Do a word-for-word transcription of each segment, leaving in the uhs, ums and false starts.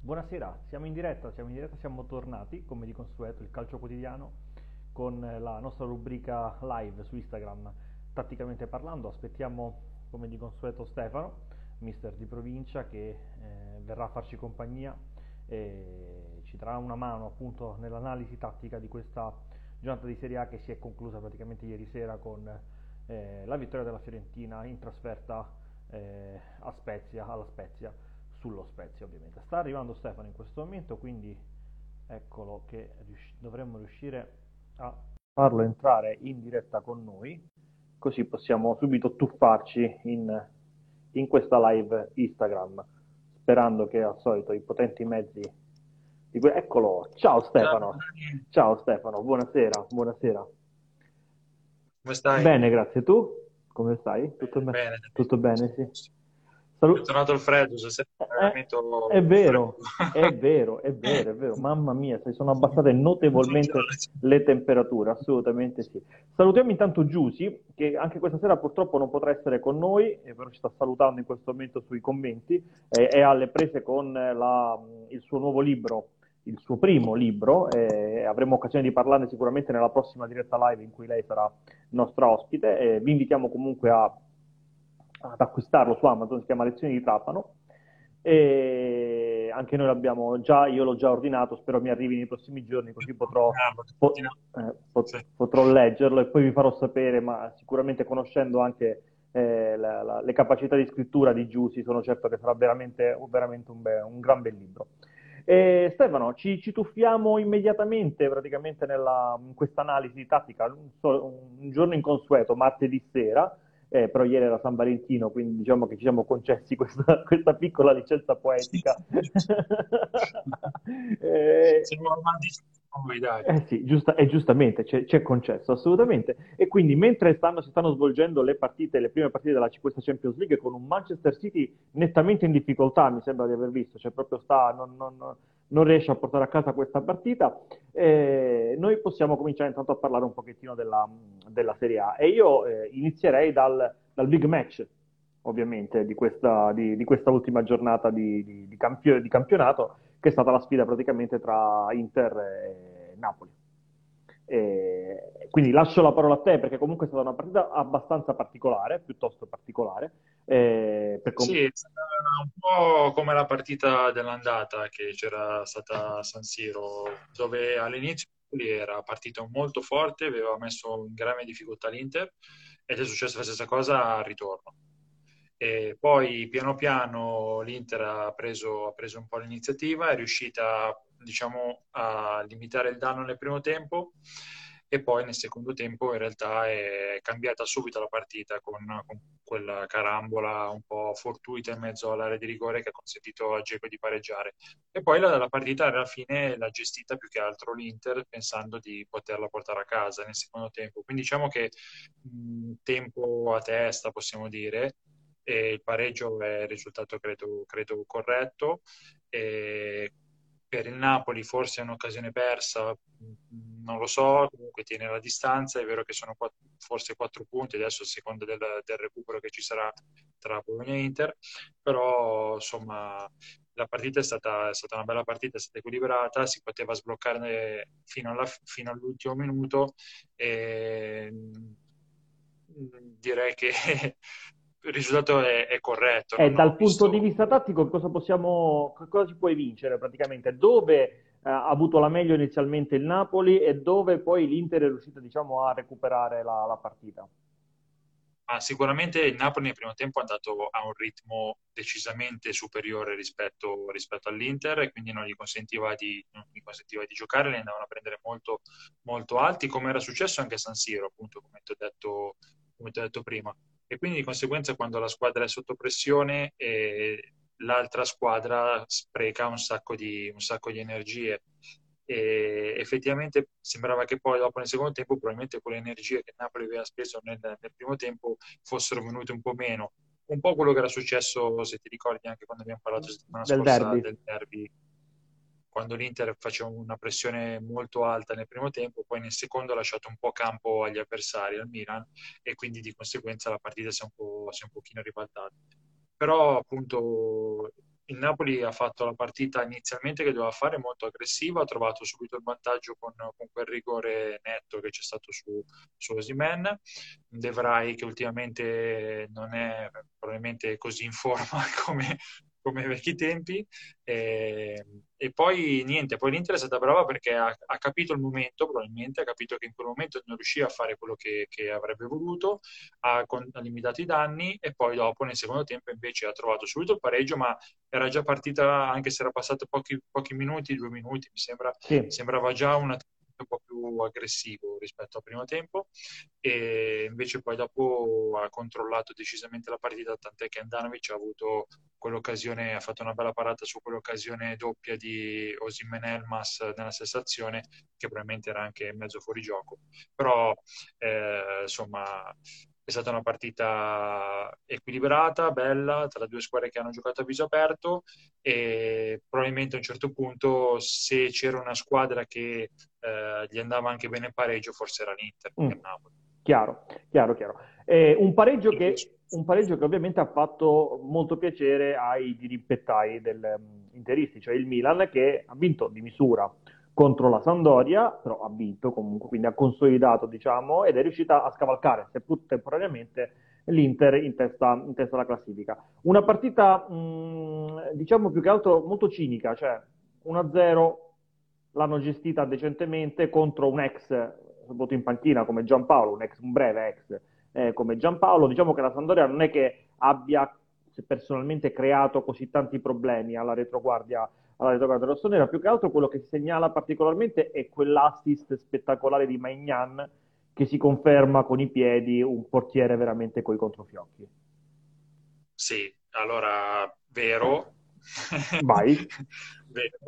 Buonasera, siamo in diretta, siamo in diretta, siamo tornati, come di consueto, il calcio quotidiano, con la nostra rubrica live su Instagram, tatticamente parlando. Aspettiamo, come di consueto, Stefano, mister di provincia, che eh, verrà a farci compagnia e ci darà una mano appunto nell'analisi tattica di questa giornata di Serie A che si è conclusa praticamente ieri sera con eh, la vittoria della Fiorentina in trasferta eh, a Spezia, alla Spezia, sullo Spezia ovviamente. Sta arrivando Stefano in questo momento, quindi eccolo che rius- dovremmo riuscire a farlo entrare in diretta con noi, così possiamo subito tuffarci in, in questa live Instagram, sperando che al solito i potenti mezzi di que- Eccolo, ciao Ciao, Stefano, Dani. ciao Stefano, buonasera, buonasera. Come stai? Bene, grazie. Tu? Come stai? Tutto, Bene, be- bene, Dani. tutto bene, sì. È Salu- tornato il freddo, stasera è eh, è veramente vero, è freddo. vero, è vero, è vero. Mamma mia, si sono abbassate notevolmente le temperature, assolutamente sì. Salutiamo intanto Giusy, che anche questa sera purtroppo non potrà essere con noi, eh, però ci sta salutando in questo momento sui commenti, eh, è alle prese con la- il suo nuovo libro, il suo primo libro, e avremo occasione di parlarne sicuramente nella prossima diretta live in cui lei sarà nostra ospite. E vi invitiamo comunque a, ad acquistarlo su Amazon, si chiama Lezioni di Trapano. E anche noi l'abbiamo già, io l'ho già ordinato, spero mi arrivi nei prossimi giorni, così potrò, po- eh, po- Sì. potrò leggerlo e poi vi farò sapere, ma sicuramente conoscendo anche eh, la- la- le capacità di scrittura di Giusy, sono certo che sarà veramente, veramente un, be- un gran bel libro. E Stefano, ci, ci tuffiamo immediatamente praticamente nella, in questa analisi tattica, un, so- un giorno inconsueto, martedì sera, eh, però ieri era San Valentino, quindi diciamo che ci siamo concessi questa, questa piccola licenza poetica. eh, Siamo romantici noi, dai. eh sì, giusta, e giustamente c'è, c'è concesso, assolutamente. E quindi mentre stanno, si stanno svolgendo le partite, le prime partite della questa Champions League con un Manchester City nettamente in difficoltà, mi sembra di aver visto, cioè proprio sta, non, non- non riesce a portare a casa questa partita, eh, noi possiamo cominciare intanto a parlare un pochettino della, della Serie A. E io eh, inizierei dal, dal big match, ovviamente, di questa, di, di questa ultima giornata di, di, di campio- di campionato, che è stata la sfida praticamente tra Inter e Napoli. E quindi lascio la parola a te perché comunque è stata una partita abbastanza particolare, piuttosto particolare. eh, per com- Sì, è stata un po' come la partita dell'andata che c'era stata a San Siro, dove all'inizio lui era partito molto forte, aveva messo in grave difficoltà l'Inter ed è successa la stessa cosa al ritorno. E poi piano piano l'Inter ha preso, ha preso un po' l'iniziativa, è riuscita, diciamo, a limitare il danno nel primo tempo e poi nel secondo tempo in realtà è cambiata subito la partita con, con quella carambola un po' fortuita in mezzo all'area di rigore che ha consentito a Dzeko di pareggiare. E poi la, la partita alla fine l'ha gestita più che altro l'Inter pensando di poterla portare a casa nel secondo tempo. Quindi diciamo che mh, tempo a testa, possiamo dire, e il pareggio è il risultato credo, credo corretto. E per il Napoli forse è un'occasione persa, non lo so, comunque tiene la distanza, è vero che sono quatt- forse quattro punti adesso a seconda del, del recupero che ci sarà tra Bologna e Inter, però insomma la partita è stata, è stata una bella partita, è stata equilibrata, si poteva sbloccare fino, alla- fino all'ultimo minuto e mm, direi che il risultato è, è corretto, E non ho dal punto di visto. vista tattico, cosa possiamo, cosa si può vincere praticamente? Dove eh, ha avuto la meglio inizialmente il Napoli e dove poi l'Inter è riuscito, diciamo, a recuperare la, la partita? Ma sicuramente il Napoli nel primo tempo è andato a un ritmo decisamente superiore rispetto, rispetto all'Inter e quindi non gli consentiva di, non gli consentiva di giocare, li andavano a prendere molto, molto alti, come era successo anche a San Siro, appunto, come ti ho detto, come ti ho detto prima. E quindi di conseguenza quando la squadra è sotto pressione eh, l'altra squadra spreca un sacco di, un sacco di energie e effettivamente sembrava che poi dopo nel secondo tempo probabilmente quelle energie che Napoli aveva speso nel, nel primo tempo fossero venute un po' meno. Un po' quello che era successo, se ti ricordi, anche quando abbiamo parlato la settimana Del scorsa derby? del derby, quando l'Inter faceva una pressione molto alta nel primo tempo, poi nel secondo ha lasciato un po' campo agli avversari, al Milan, e quindi di conseguenza la partita si è un po', si è un pochino ribaltata. Però appunto il Napoli ha fatto la partita inizialmente che doveva fare molto aggressiva, ha trovato subito il vantaggio con, con quel rigore netto che c'è stato su, su Osimhen. De Vrij che ultimamente non è probabilmente così in forma come, come ai vecchi tempi. E, e poi niente, poi l'Inter è stata brava perché ha, ha capito il momento, probabilmente ha capito che in quel momento non riusciva a fare quello che, che avrebbe voluto, ha, con, ha limitato i danni e poi dopo nel secondo tempo invece ha trovato subito il pareggio, ma era già partita, anche se era passato pochi, pochi minuti, due minuti, mi sembra, Sì. sembrava già un un po' più aggressivo rispetto al primo tempo e invece poi dopo ha controllato decisamente la partita, tant'è che Andanovic ha avuto quell'occasione, ha fatto una bella parata su quell'occasione doppia di Osimhen Elmas nella stessa azione che probabilmente era anche mezzo fuori gioco, però eh, insomma è stata una partita equilibrata, bella, tra due squadre che hanno giocato a viso aperto e probabilmente a un certo punto se c'era una squadra che eh, gli andava anche bene il pareggio, forse era l'Inter, Mm. il Napoli. Chiaro, chiaro, chiaro. Eh, un pareggio che, un pareggio che ovviamente ha fatto molto piacere ai dirimpettai del um, interisti, cioè il Milan che ha vinto di misura contro la Sampdoria, però ha vinto comunque, quindi ha consolidato, diciamo, ed è riuscita a scavalcare, seppur temporaneamente, l'Inter in testa, in testa alla classifica. Una partita, mh, diciamo, più che altro molto cinica, cioè uno a zero l'hanno gestita decentemente contro un ex soprattutto in panchina come Giampaolo, un, ex, un breve ex eh, come Giampaolo. Diciamo che la Sampdoria non è che abbia personalmente creato così tanti problemi alla retroguardia, alla retroguardia rossonera, più che altro quello che si segnala particolarmente è quell'assist spettacolare di Maignan che si conferma con i piedi un portiere veramente coi controfiocchi. Sì, allora, vero, Vai. vero,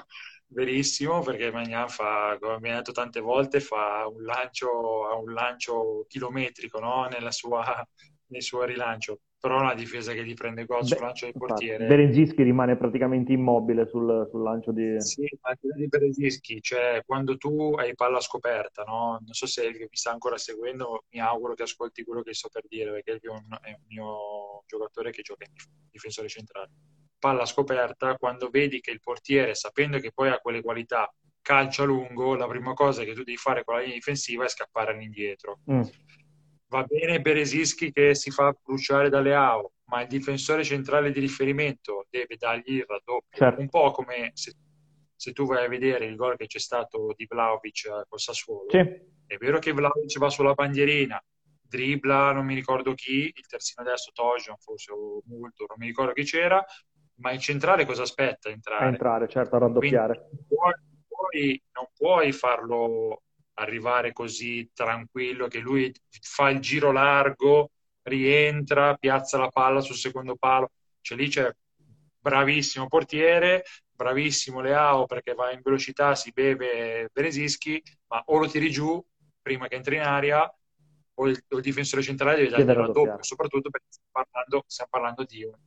verissimo, perché Magnan fa, come abbiamo detto tante volte, fa un lancio, ha un lancio chilometrico, no? Nella sua, nel suo rilancio, però una difesa che gli prende gol sul Beh, lancio del infatti, portiere. Berenzinski rimane praticamente immobile sul, sul lancio di... Sì, anche di Beresischi, cioè quando tu hai palla scoperta, no? Non so se mi sta ancora seguendo, mi auguro che ascolti quello che sto per dire, perché è un, è un mio giocatore che gioca in dif- difensore centrale. Palla scoperta, quando vedi che il portiere, sapendo che poi ha quelle qualità, calcia lungo, la prima cosa che tu devi fare con la linea difensiva è scappare all'indietro. Mm, Va bene Beresischi che si fa bruciare dalle A O, ma il difensore centrale di riferimento deve dargli il raddoppio. Un certo. po' come se, se tu vai a vedere il gol che c'è stato di Vlahovic eh, col Sì, Sassuolo. È vero che Vlahovic va sulla bandierina, dribbla, non mi ricordo chi, il terzino destro Tojon, forse o Multo, non mi ricordo chi c'era, ma il centrale cosa aspetta a a entrare? entrare, certo, a Quindi raddoppiare. non puoi, non puoi, non puoi farlo arrivare così tranquillo che lui fa il giro largo, rientra, piazza la palla sul secondo palo. Cioè lì c'è bravissimo portiere, bravissimo Leao perché va in velocità, si beve Beresischi, ma o lo tiri giù prima che entri in aria o il, o il difensore centrale deve dargli Deve il raddoppio, raddoppiare. soprattutto perché stiamo parlando, stiamo parlando di, un,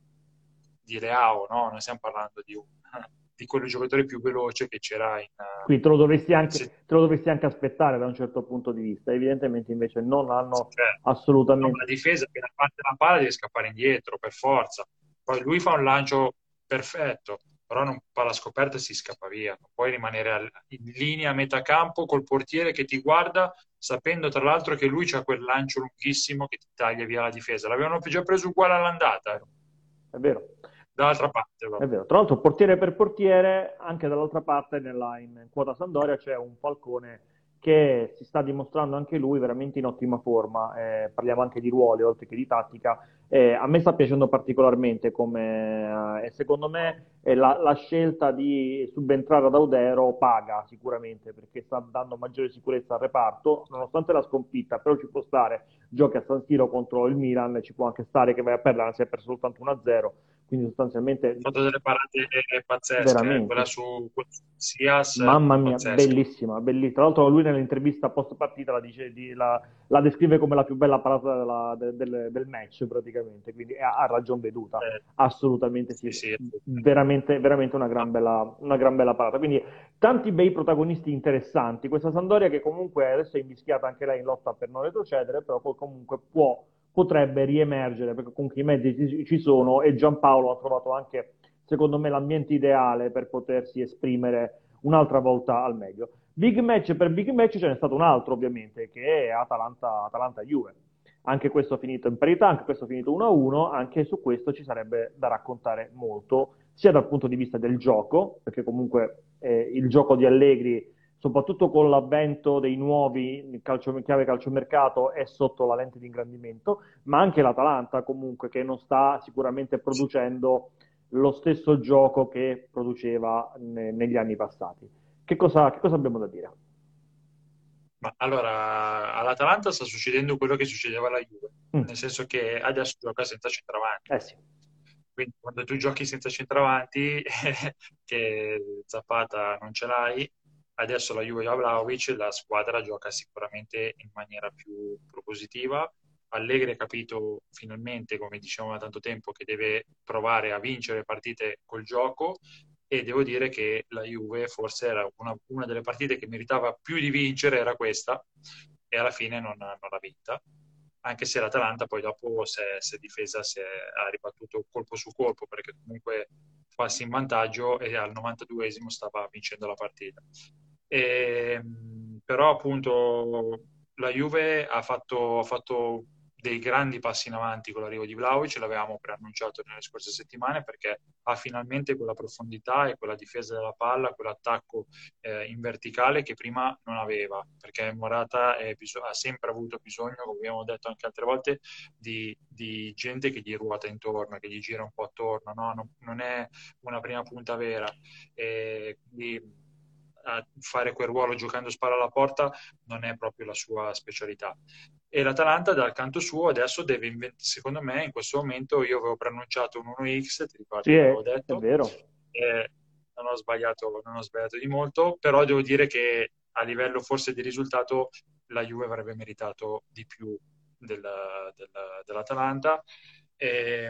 di Leao, no? Non stiamo parlando di, un, di quello giocatore più veloce che c'era in, Quindi te lo dovresti in anche, se- te lo dovresti anche aspettare da un certo punto di vista. Evidentemente invece non hanno cioè, no, ma la assolutamente... difesa appena parte la palla deve scappare indietro per forza. Poi lui fa un lancio perfetto, però non palla scoperta si scappa via. Non puoi rimanere al- in linea a metà campo col portiere che ti guarda, sapendo tra l'altro che lui c'ha quel lancio lunghissimo che ti taglia via la difesa. L'avevano già preso uguale all'andata, eh. È vero. Dall'altra parte, È però. vero, tra l'altro portiere per portiere, anche dall'altra parte nella, in quota Sampdoria c'è un Falcone che si sta dimostrando anche lui veramente in ottima forma, eh, parliamo anche di ruoli oltre che di tattica, eh, a me sta piacendo particolarmente come, eh, e secondo me eh, la, la scelta di subentrare ad Audero paga sicuramente perché sta dando maggiore sicurezza al reparto, nonostante la sconfitta, però ci può stare, giochi a San Siro contro il Milan, ci può anche stare che vai a perdere, si è perso soltanto uno a zero, quindi Ha sostanzialmente fatto delle parate pazzesche, eh. Quella veramente. su Sias, Mamma mia, pazzesca. bellissima, bellissima. Tra l'altro lui nell'intervista post partita la, dice, di- la- la descrive come la più bella parata della- de- del, del match praticamente, quindi ha, ha ragion veduta, Eh, assolutamente sì, sì, sì, veramente, veramente una gran ma bella, una gran bella parata. Quindi tanti bei protagonisti interessanti. Questa Sampdoria che comunque adesso è invischiata anche lei in lotta per non retrocedere, però poi comunque può, potrebbe riemergere perché comunque i mezzi ci, ci sono e Giampaolo ha trovato anche secondo me, l'ambiente ideale per potersi esprimere un'altra volta al meglio. Big match per big match ce n'è stato un altro, ovviamente, che è Atalanta, Atalanta-Juve. Anche questo ha finito in parità, anche questo ha finito uno a uno, anche su questo ci sarebbe da raccontare molto, sia dal punto di vista del gioco, perché comunque eh, il gioco di Allegri, soprattutto con l'avvento dei nuovi calcio, chiave calciomercato, è sotto la lente di ingrandimento, ma anche l'Atalanta comunque che non sta sicuramente producendo lo stesso gioco che produceva ne, negli anni passati. Che cosa, che cosa abbiamo da dire? Ma allora, all'Atalanta sta succedendo quello che succedeva alla Juve, Mm. nel senso che adesso gioca senza centravanti. Eh sì. Quindi quando tu giochi senza centravanti, che Zapata non ce l'hai, adesso la Juve di Vlahovic, la squadra gioca sicuramente in maniera più propositiva. Allegri ha capito finalmente, come dicevamo da tanto tempo, che deve provare a vincere partite col gioco, e devo dire che la Juve forse era una, una delle partite che meritava più di vincere, era questa, e alla fine non, non l'ha vinta. Anche se l'Atalanta poi dopo si è, si è difesa, si è, ha ribattuto colpo su colpo, perché comunque passi in vantaggio e al novantaduesimo stava vincendo la partita. E, però appunto la Juve ha fatto, ha fatto dei grandi passi in avanti con l'arrivo di Vlahovic, l'avevamo preannunciato nelle scorse settimane, perché ha finalmente quella profondità e quella difesa della palla, quell'attacco eh, in verticale che prima non aveva, perché Morata è, ha sempre avuto bisogno, come abbiamo detto anche altre volte, di, di gente che gli ruota intorno, che gli gira un po' attorno, no? non, non è una prima punta vera. E quindi a fare quel ruolo giocando spalla alla porta non è proprio la sua specialità. E l'Atalanta dal canto suo adesso deve inventare, secondo me in questo momento io avevo preannunciato un uno X, ti Sì, ricordi che è, l'avevo è detto, vero. e non ho sbagliato, non ho sbagliato di molto, però devo dire che a livello forse di risultato la Juve avrebbe meritato di più della, della, dell'Atalanta. E,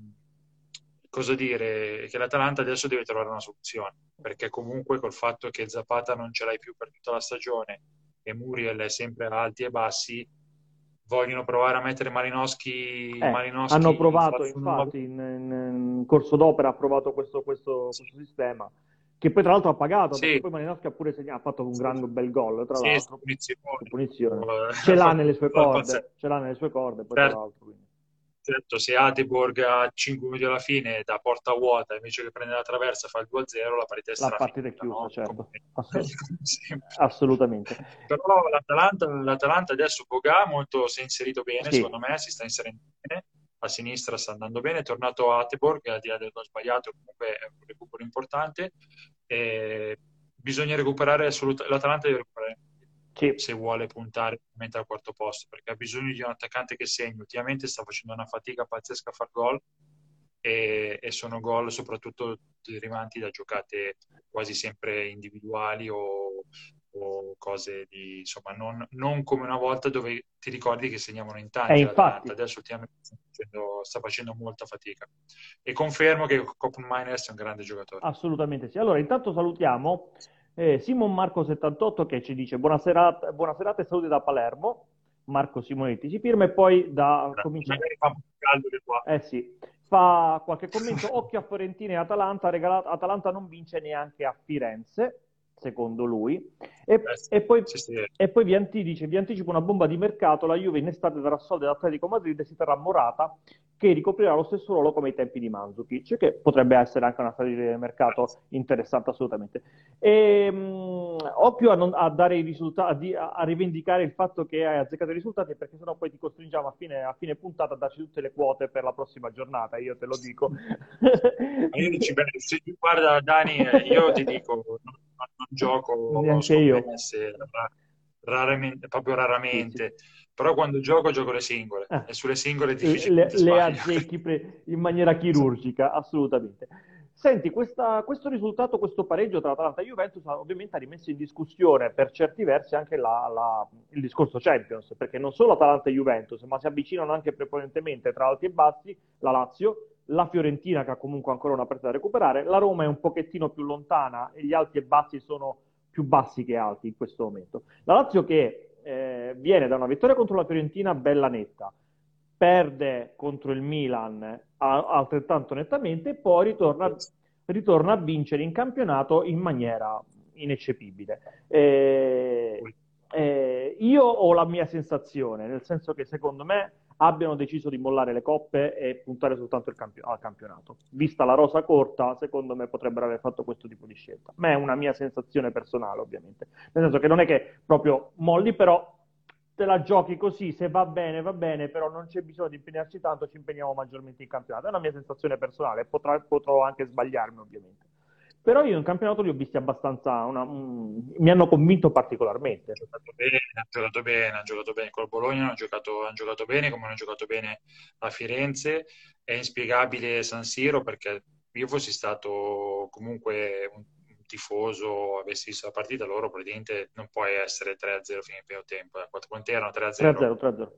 cosa dire? Che l'Atalanta adesso deve trovare una soluzione, perché comunque col fatto che Zapata non ce l'hai più per tutta la stagione e Muriel è sempre a alti e bassi, vogliono provare a mettere Malinowski, Eh, hanno Malinowski in provato, falso nove. infatti, in, in- in corso d'opera ha provato questo, questo- Sì, questo sistema, che poi tra l'altro ha pagato, perché sì, poi Malinowski ha pure segnato, ha fatto un sì, gran bel gol, tra sì, l'altro, punizione, su punizione. Ce ha l'ha fatto nelle sue un pazzesco. corde, ce l'ha nelle sue corde, poi tra Certo, l'altro. Quindi. certo, se Adeborg a cinque minuti alla fine da porta vuota invece che prendere la traversa fa il due a zero, la partita è La partita è strafinita, chiusa, no? Come, certo, Assolut- come sempre. assolutamente. Però l'Atalanta, l'Atalanta adesso Boga molto si è inserito bene, Sì, secondo me, si sta inserendo bene, a sinistra sta andando bene, è tornato Adeborg, al di là del gol sbagliato, comunque è un recupero importante. E bisogna recuperare assolutamente, l'Atalanta deve recuperare sì. se vuole puntare veramente al quarto posto, perché ha bisogno di un attaccante che segni. Ultimamente sta facendo una fatica pazzesca a far gol, e, e sono gol soprattutto derivanti da giocate quasi sempre individuali o, o cose di, insomma, non, non come una volta dove ti ricordi che segnavano in E tanti infatti, l'Atalanta. Adesso ultimamente sta facendo, sta facendo molta fatica, e confermo che Koppen Miners è un grande giocatore. assolutamente sì. Allora, intanto salutiamo eh, Simon Marco settantotto che ci dice buona serata, buona serata e saluti da Palermo. Marco Simonetti ci firma e poi da comincia. Magari fa un po' caldo di qua. Eh sì, fa qualche commento. Occhio a Fiorentina e Atalanta. regala- Atalanta non vince neanche a Firenze, secondo lui. Eh, E, sì, e poi, sì, sì. e poi vi, anti- dice, vi anticipo una bomba di mercato. La Juve in estate darà soldi all'Atletico Madrid e si terrà Morata, che ricoprirà lo stesso ruolo come ai tempi di Mandzukic, che potrebbe essere anche una strategia di mercato interessante assolutamente. E, mh, occhio a, non, a dare i risultati, a, a rivendicare il fatto che hai azzeccato i risultati, perché sennò poi ti costringiamo a fine, a fine puntata a darci tutte le quote per la prossima giornata, io te lo dico. Ma io ci penso. Guarda, Dani, io ti dico, non, non gioco Neanche io. scommesse, ra- raramente, proprio Sì, sì. raramente, però quando gioco gioco le singole, Ah, e sulle singole le, difficilmente le sbaglio. azzecchi pre- in maniera chirurgica, assolutamente. Senti, questa- questo risultato, questo pareggio tra Atalanta e Juventus ha ovviamente ha rimesso in discussione per certi versi anche la- la- il discorso Champions, perché non solo Atalanta e Juventus, ma si avvicinano anche prepotentemente tra alti e bassi la Lazio, la Fiorentina che ha comunque ancora una partita da recuperare, la Roma è un pochettino più lontana e gli alti e bassi sono più bassi che alti in questo momento. La Lazio che eh, viene da una vittoria contro la Fiorentina bella netta, perde contro il Milan a- altrettanto nettamente e poi ritorna, ritorna a vincere in campionato in maniera ineccepibile. Eh, eh, io ho la mia sensazione, nel senso che secondo me abbiano deciso di mollare le coppe e puntare soltanto il campio- al campionato. Vista la rosa corta, secondo me potrebbero aver fatto questo tipo di scelta. Ma è una mia sensazione personale, ovviamente. Nel senso che non è che proprio molli, però te la giochi così, se va bene, va bene, però non c'è bisogno di impegnarci tanto, ci impegniamo maggiormente in campionato. È una mia sensazione personale, potrà, potrò anche sbagliarmi, ovviamente. Però io in campionato li ho visti abbastanza, una, un, mi hanno convinto particolarmente. Giocato bene, ha giocato bene, ha giocato bene col Bologna, hanno giocato, hanno giocato bene come hanno giocato bene a Firenze. È inspiegabile San Siro perché io fossi stato comunque un, un tifoso, avessi visto la partita, loro praticamente non puoi essere tre a zero fino al primo tempo. Eh. Quanto quanti erano? tre a zero? tre a zero, tre a zero.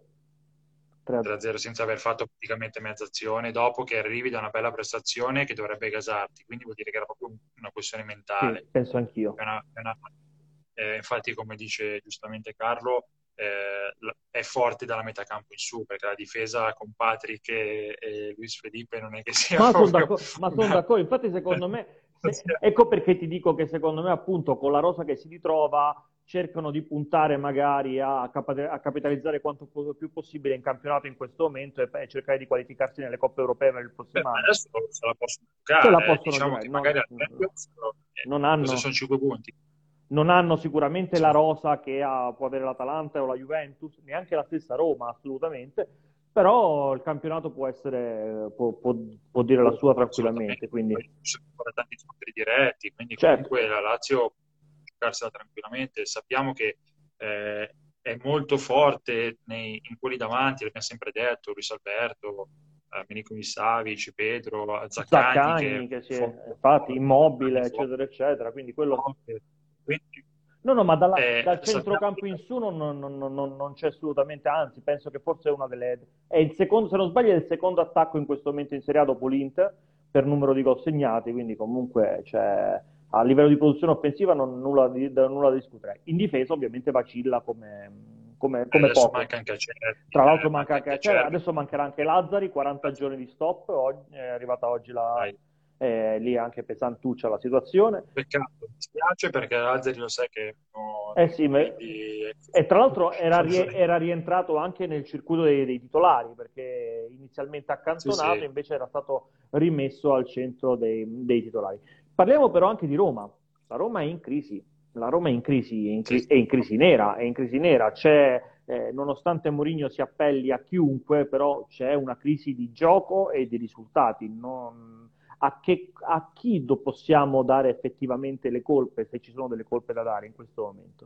tre a zero. tre a zero senza aver fatto praticamente mezza azione, dopo che arrivi da una bella prestazione che dovrebbe gasarti, quindi vuol dire che era proprio un- una questione Sì, mentale. penso anch'io. È una- è una- eh, infatti, come dice giustamente Carlo, eh, l- è forte dalla metà campo in su, perché la difesa con Patrick e, e Luis Felipe non è che sia Ma sono proprio d'accordo, ma son una... d'accordo. Infatti, secondo me, se- ecco perché ti dico che secondo me, appunto, con la rosa che si ritrova, cercano di puntare magari a, capa- a capitalizzare quanto po- più possibile in campionato in questo momento e, e cercare di qualificarsi nelle coppe europee per il Beh, prossimo ma anno. adesso se la possono Ce la giocare, eh. possono Diciamo giocare, che magari non, al Champions, eh, non cosa hanno, sono cinque punti? non hanno sicuramente la Sono- rosa che ha- può avere l'Atalanta o la Juventus, neanche la stessa Roma, assolutamente, però il campionato può essere, può, può- può dire la sua tranquillamente, assolutamente, quindi poi ci sono ancora tanti scontri diretti, quindi certo. comunque la Lazio può giocarsela tranquillamente. Sappiamo che eh, è molto forte nei- in quelli davanti, l'abbiamo sempre detto, Luis Alberto, eh, Milinkovic Savic, Pedro, Zaccagni, che è Zaccagni, che si è, forte, infatti, forte, immobile, Zaccagni eccetera, forte, eccetera, quindi quello. forte. Quindi No, no, ma dalla- eh, dal sappiamo centrocampo che in su non, non- non- non- non c'è assolutamente, anzi, penso che forse è una delle. È il secondo, se non sbaglio, è il secondo attacco in questo momento in Serie A dopo l'Inter per numero di gol segnati, quindi comunque c'è, a livello di produzione offensiva non nulla di, da- nulla da discutere. In difesa ovviamente vacilla come, come- come adesso poco. manca anche Acerbi, Tra l'altro eh, manca manca anche anche Acerbi, Acerbi. adesso mancherà anche Lazzari, quaranta giorni di stop, oggi- è arrivata oggi la, Dai. eh, lì è anche pesantuccia la situazione. Peccato, mi spiace perché Lazzari lo sai che è uno Eh dei sì, ma- quelli e tra l'altro era, rie- era rientrato anche nel circuito dei, dei titolari, perché inizialmente Sì, accantonato, sì, invece era stato rimesso al centro dei, dei titolari. Parliamo però anche di Roma. La Roma è in crisi, la Roma è in crisi, è in, sì, cri- sì. è in crisi nera, è in crisi nera. C'è, eh, nonostante Mourinho si appelli a chiunque, però c'è una crisi di gioco e di risultati. Non- a, che- a chi do- possiamo dare effettivamente le colpe, se ci sono delle colpe da dare in questo momento?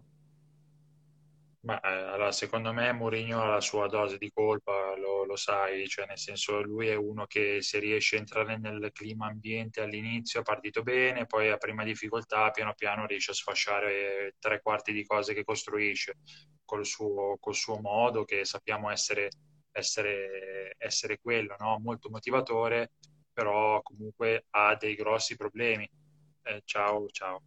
Ma eh, allora, secondo me Mourinho ha la sua dose di colpa, lo, lo sai, cioè nel senso lui è uno che se riesce a entrare nel clima ambiente all'inizio è partito bene, poi a prima difficoltà piano piano riesce a sfasciare tre quarti di cose che costruisce col suo, col suo modo che sappiamo essere, essere, essere quello, no? Molto motivatore, però comunque ha dei grossi problemi. Eh, ciao, ciao.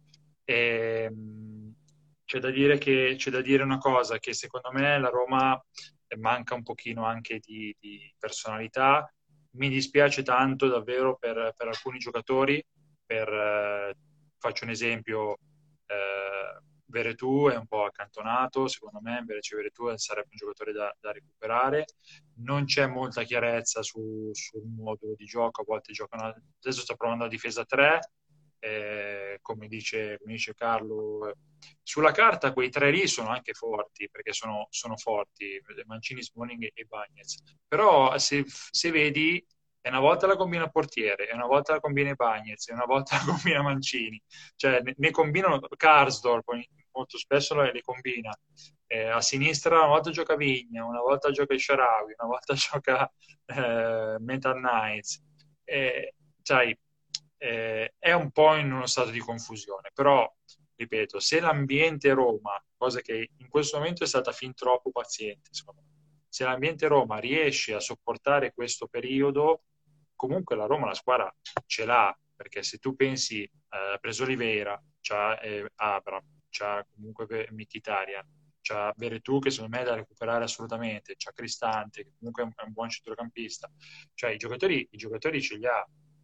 Ehm, c'è da dire che c'è da dire una cosa, che secondo me la Roma eh, manca un pochino anche di, di personalità. Mi dispiace tanto davvero per, per alcuni giocatori. Per, eh, faccio un esempio, eh, Veretù è un po' accantonato, secondo me invece Veretù sarebbe un giocatore da, da recuperare. Non c'è molta chiarezza su- sul modo di gioco, a volte giocano, adesso sto provando la difesa tre, eh, come dice, come dice Carlo, sulla carta quei tre lì sono anche forti, perché sono, sono forti, Mancini, Smalling e Bagnez. Però se, se vedi, è una volta la combina portiere, è una volta la combina Bagnez, è una volta la combina Mancini. Cioè ne, ne combinano Karsdorp, molto spesso le, le combina. Eh, a sinistra una volta gioca Vigna, una volta gioca il Sharawi, una volta gioca eh, Metal Knights. Eh, sai, eh, è un po' in uno stato di confusione, però ripeto, se l'ambiente Roma, cosa che in questo momento è stata fin troppo paziente, secondo me, se l'ambiente Roma riesce a sopportare questo periodo, comunque la Roma la squadra ce l'ha, perché se tu pensi, eh, ha preso Oliveira, c'ha eh, Abram, c'ha comunque Mkhitaryan, c'ha Veretù che secondo me è da recuperare assolutamente, c'ha Cristante che comunque è un, è un buon centrocampista, cioè i giocatori, i giocatori ce li ha,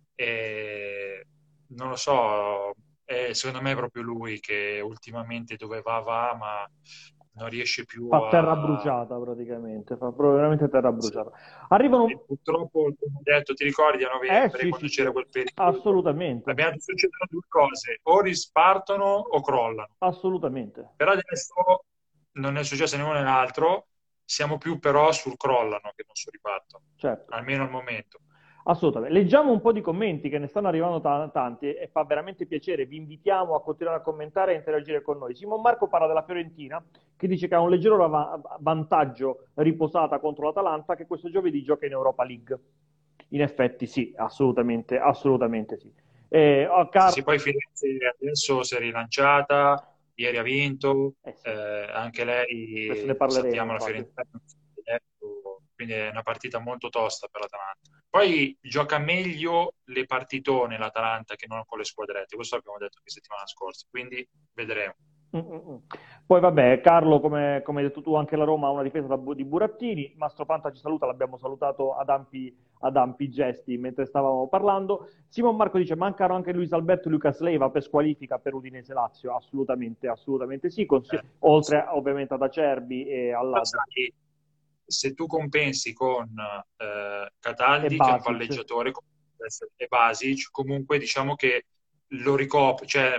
e non lo so, è secondo me è proprio lui che ultimamente dove va va, ma non riesce più Fa terra a... bruciata praticamente, fa proprio veramente terra Sì. bruciata. E Arrivano... purtroppo, come ho detto, ti ricordi a Eh novembre sì, sì, quando sì, c'era quel periodo? assolutamente, Abbiamo succedono due cose, o rispartono o crollano. assolutamente, Per adesso non è successo né uno né l'altro, siamo più però sul crollano che non sul riparto, certo. almeno al momento. Assolutamente. Leggiamo un po' di commenti che ne stanno arrivando ta- tanti e fa veramente piacere. Vi invitiamo a continuare a commentare e interagire con noi. Simon Marco parla della Fiorentina, che dice che ha un leggero va- vantaggio riposata contro l'Atalanta, che questo giovedì gioca in Europa League. In effetti sì, assolutamente, assolutamente sì. Eh, oh, Sì, Car- sì, poi Firenze adesso si è rilanciata, ieri ha vinto, eh sì, eh, anche questo ne lei, parleremo sappiamo, la infatti. Fiorentina non si è detto, quindi è una partita molto tosta per l'Atalanta. Poi gioca meglio le partitone l'Atalanta che non con le squadrette, questo l'abbiamo detto anche settimana scorsa, quindi vedremo. Mm, mm, mm. Poi vabbè, Carlo, come, come hai detto tu, anche la Roma ha una difesa da Bu- di Burattini. Mastro Panta ci saluta, l'abbiamo salutato ad ampi, ad ampi gesti mentre stavamo parlando. Simon Marco dice: mancano anche Luis Alberto e Lucas Leiva per squalifica per Udinese Lazio. Assolutamente, assolutamente sì. Consi- Eh, oltre sì. a- ovviamente ad Acerbi e Però all'Az sai, se tu compensi con eh, e Cataldi, che è un Basic. palleggiatore, e Basic, comunque diciamo che lo ricopre, cioè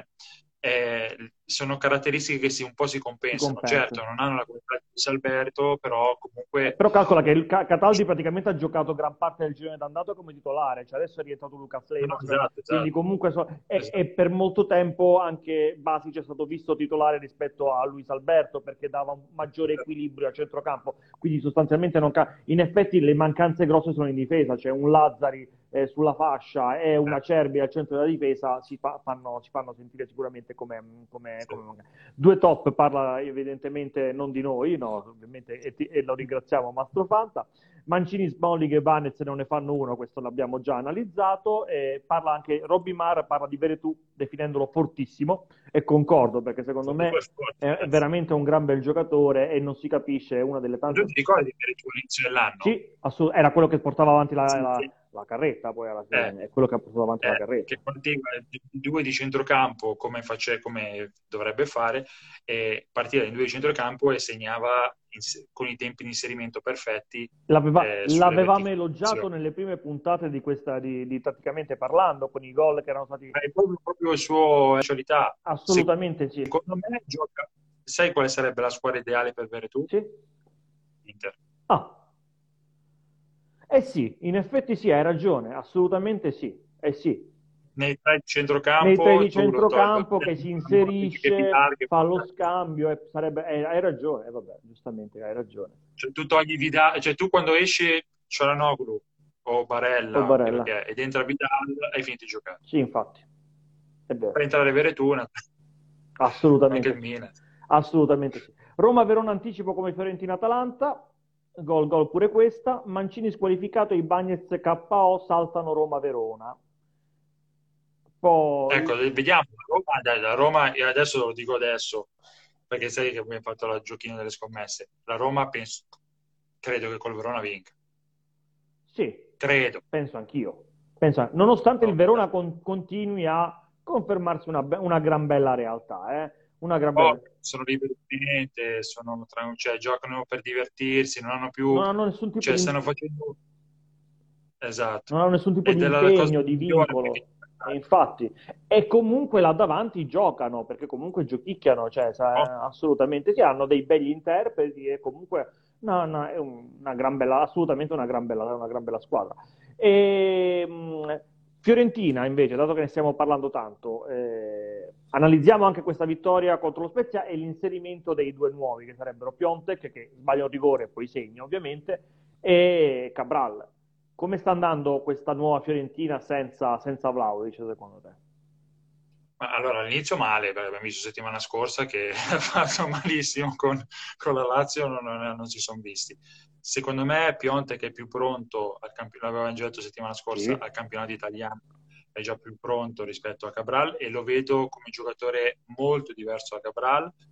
eh, sono caratteristiche che si, un po' si Si compensano. compensa. Certo, non hanno la qualità di Luis Alberto, però Eh, comunque... però calcola che il Ca- Cataldi praticamente ha giocato gran parte del girone d'andata come titolare, cioè adesso è rientrato Lucas No, no, Leiva, esatto, quindi esatto, comunque so- e, esatto. e per molto tempo anche Basic è stato visto titolare rispetto a Luis Alberto perché dava un maggiore equilibrio a centrocampo, quindi sostanzialmente non ca- in effetti le mancanze grosse sono in difesa, c'è un Lazzari eh, sulla fascia e una Eh, Cerbi al centro della difesa, si, fa- fanno, si fanno sentire sicuramente come, come, sì. come mancanze. Due top parla evidentemente non di noi, no, ovviamente, e, ti- e lo ringraziamo Mastro Fanta. Mancini, Smalling e Banez non ne fanno uno, questo l'abbiamo già analizzato. E parla anche Robby Marr, parla di Veretù definendolo fortissimo e concordo perché secondo Super me forte, è, è ragazzi. veramente un gran bel giocatore e non si capisce, è una delle Ma tu tante... ti ricordi che tu all'inizio dell'anno? Sì, assolut- era quello che portava avanti la, Sì, la- sì. la carretta, poi alla Eh, fine è quello che ha portato avanti la eh, carretta. che partiva di- due di centrocampo come, face, come dovrebbe fare, e partiva in due di centrocampo e segnava in- con i tempi di inserimento perfetti L'aveva- eh, sulle l'avevamo elogiato verticalizzazioni. nelle prime puntate di questa, di, di Tatticamente Parlando, con i gol che erano stati Ma è proprio, proprio il suo specialità. assolutamente sì. Secondo me gioca. Sai quale sarebbe la squadra ideale per Veretù? Sì? Inter. Ah, eh sì, in effetti sì, hai ragione, assolutamente sì, eh sì. Nei tre di Nei tre di centrocampo tu lo togli, lo centrocampo che si che ti inserisce, larga, fa lo scambio, e sarebbe, eh, hai ragione, eh, vabbè, giustamente hai ragione. cioè, tu togli Vidal, cioè tu quando esci Cialanoglu o O Barella, quello Barella. che è, ed entra Vidal, hai finito di giocare. Sì, infatti, è Per vero. entrare Veretù, anche Assolutamente il sì. Milan. Assolutamente sì. Roma-Verona anticipo come Fiorentina-Atalanta, gol gol pure questa. Mancini squalificato, i Bagnets K O saltano Roma-Verona. Poi, Ecco, vediamo, la Roma, dai, la Roma, io adesso lo dico adesso, perché sai che abbiamo fatto la giochina delle scommesse. La Roma, penso, credo che col Verona vinca. sì, Credo. penso anch'io. Penso, nonostante il Oh, Verona dai. con- continui a confermarsi una, be- una gran bella realtà, eh? Una gran Oh, bella... sono liberi di niente, sono tra- cioè, giocano per divertirsi, non hanno più, Non hanno nessun tipo cioè di, stanno facendo, esatto, non hanno nessun tipo ed di è la cosa impegno, di migliore perché vincolo. E infatti, e comunque là davanti giocano, perché comunque giochicchiano, cioè, oh, sa- assolutamente sì, hanno dei begli interpreti e comunque no, no, è un- una gran bella, assolutamente una gran bella, una gran bella squadra. E, mh, Fiorentina invece, dato che ne stiamo parlando tanto, eh, analizziamo anche questa vittoria contro lo Spezia e l'inserimento dei due nuovi, che sarebbero Piontek, che sbaglia un rigore e poi segna ovviamente, e Cabral. Come sta andando questa nuova Fiorentina senza, senza Vlahovic, secondo te? ma allora all'inizio male, perché abbiamo visto settimana scorsa che ha fatto malissimo con, con la Lazio, non, non, non si sono visti. Secondo me Piontek è più pronto al campionato, l'avevamo già detto settimana scorsa, Sì, al campionato italiano, è già più pronto rispetto a Cabral e lo vedo come giocatore molto diverso da Cabral,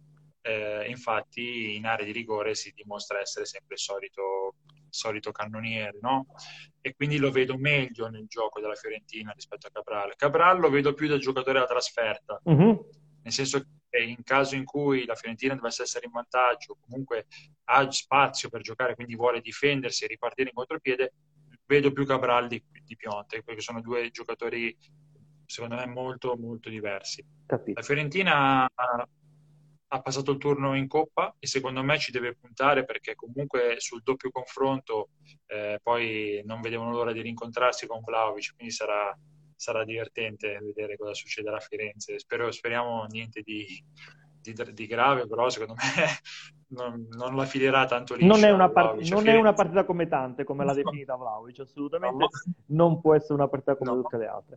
eh, infatti in area di rigore si dimostra essere sempre il solito, il solito cannoniere, no? E quindi lo vedo meglio nel gioco della Fiorentina rispetto a Cabral. Cabral lo vedo più da giocatore da trasferta, Mhm. nel senso che in caso in cui la Fiorentina dovesse essere in vantaggio, comunque ha spazio per giocare, quindi vuole difendersi e ripartire in contropiede, vedo più Cabral di, di Piontek, perché sono due giocatori secondo me molto molto diversi. La Capito. Fiorentina ha, ha passato il turno in Coppa e secondo me ci deve puntare, perché comunque sul doppio confronto eh, poi non vedevano l'ora di rincontrarsi con Vlahovic, quindi sarà, sarà divertente vedere cosa succederà a Firenze. Spero, speriamo niente di, di, di grave, però secondo me non, non la filerà tanto Non è liscia una, part- Vlahovic a non è una Firenze. partita come tante, come l'ha No, definita Vlahovic, no, assolutamente non può essere una partita come no. tutte le altre.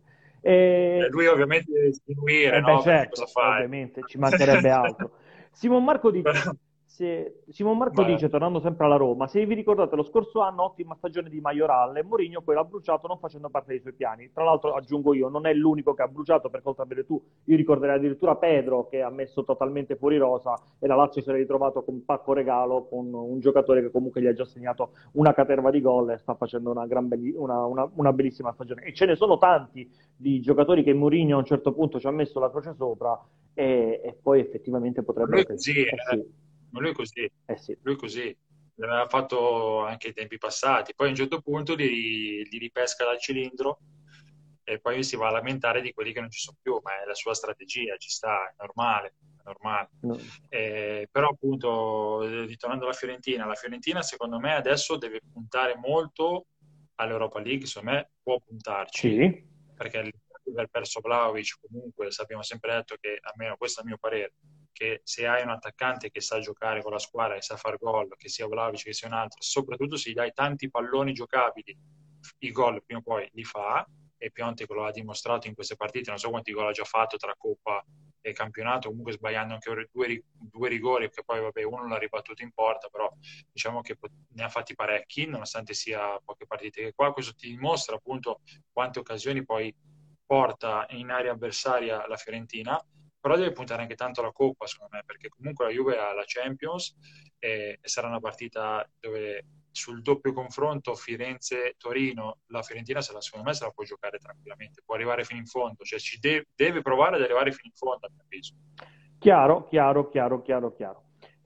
E E, lui ovviamente deve Eh sminuire, beh, no? Perché cosa certo, eh, fai? ovviamente, ci mancherebbe altro. Simon Marco dice, Però, se- Simon Marco vai, dice, tornando sempre alla Roma, se vi ricordate lo scorso anno, ottima stagione di Majoral e Mourinho poi l'ha bruciato non facendo parte dei suoi piani. Tra l'altro, aggiungo io, non è l'unico che ha bruciato, perché oltre a Veretù, io ricorderei addirittura Pedro che ha messo totalmente fuori rosa e la Lazio si è ritrovato con un pacco regalo con un giocatore che comunque gli ha già segnato una caterva di gol e sta facendo una, gran belli- una, una- una bellissima stagione. E ce ne sono tanti di giocatori che Mourinho a un certo punto ci ha messo la croce sopra e, e poi effettivamente ma potrebbero lui è crescere. così, Eh eh. sì, Ma lui è così, eh sì. lui è così. L'aveva fatto anche ai tempi passati. Poi a un certo punto li, li ripesca dal cilindro e poi si va a lamentare di quelli che non ci sono più, ma è la sua strategia, ci sta, è normale, è normale. No. Eh, però appunto, eh, ritornando alla Fiorentina, la Fiorentina secondo me adesso deve puntare molto all'Europa League, secondo me può puntarci, Sì, perché il- aver perso Vlahovic comunque abbiamo sempre detto che, almeno questo è il mio parere, che se hai un attaccante che sa giocare con la squadra, che sa far gol, che sia Vlahovic che sia un altro, soprattutto se gli dai tanti palloni giocabili, i gol prima o poi li fa, e Piontek lo ha dimostrato in queste partite, non so quanti gol ha già fatto tra Coppa e campionato, comunque sbagliando anche due, due rigori, che poi vabbè uno l'ha ribattuto in porta, però diciamo che ne ha fatti parecchi, nonostante sia poche partite che qua, questo ti dimostra appunto quante occasioni poi porta in area avversaria la Fiorentina, però deve puntare anche tanto alla Coppa, secondo me, perché comunque la Juve ha la Champions e, e sarà una partita dove sul doppio confronto Firenze-Torino la Fiorentina se la, secondo me se la può giocare tranquillamente, può arrivare fino in fondo, cioè ci de- deve provare ad arrivare fino in fondo a mio avviso. chiaro, chiaro, chiaro, chiaro, chiaro.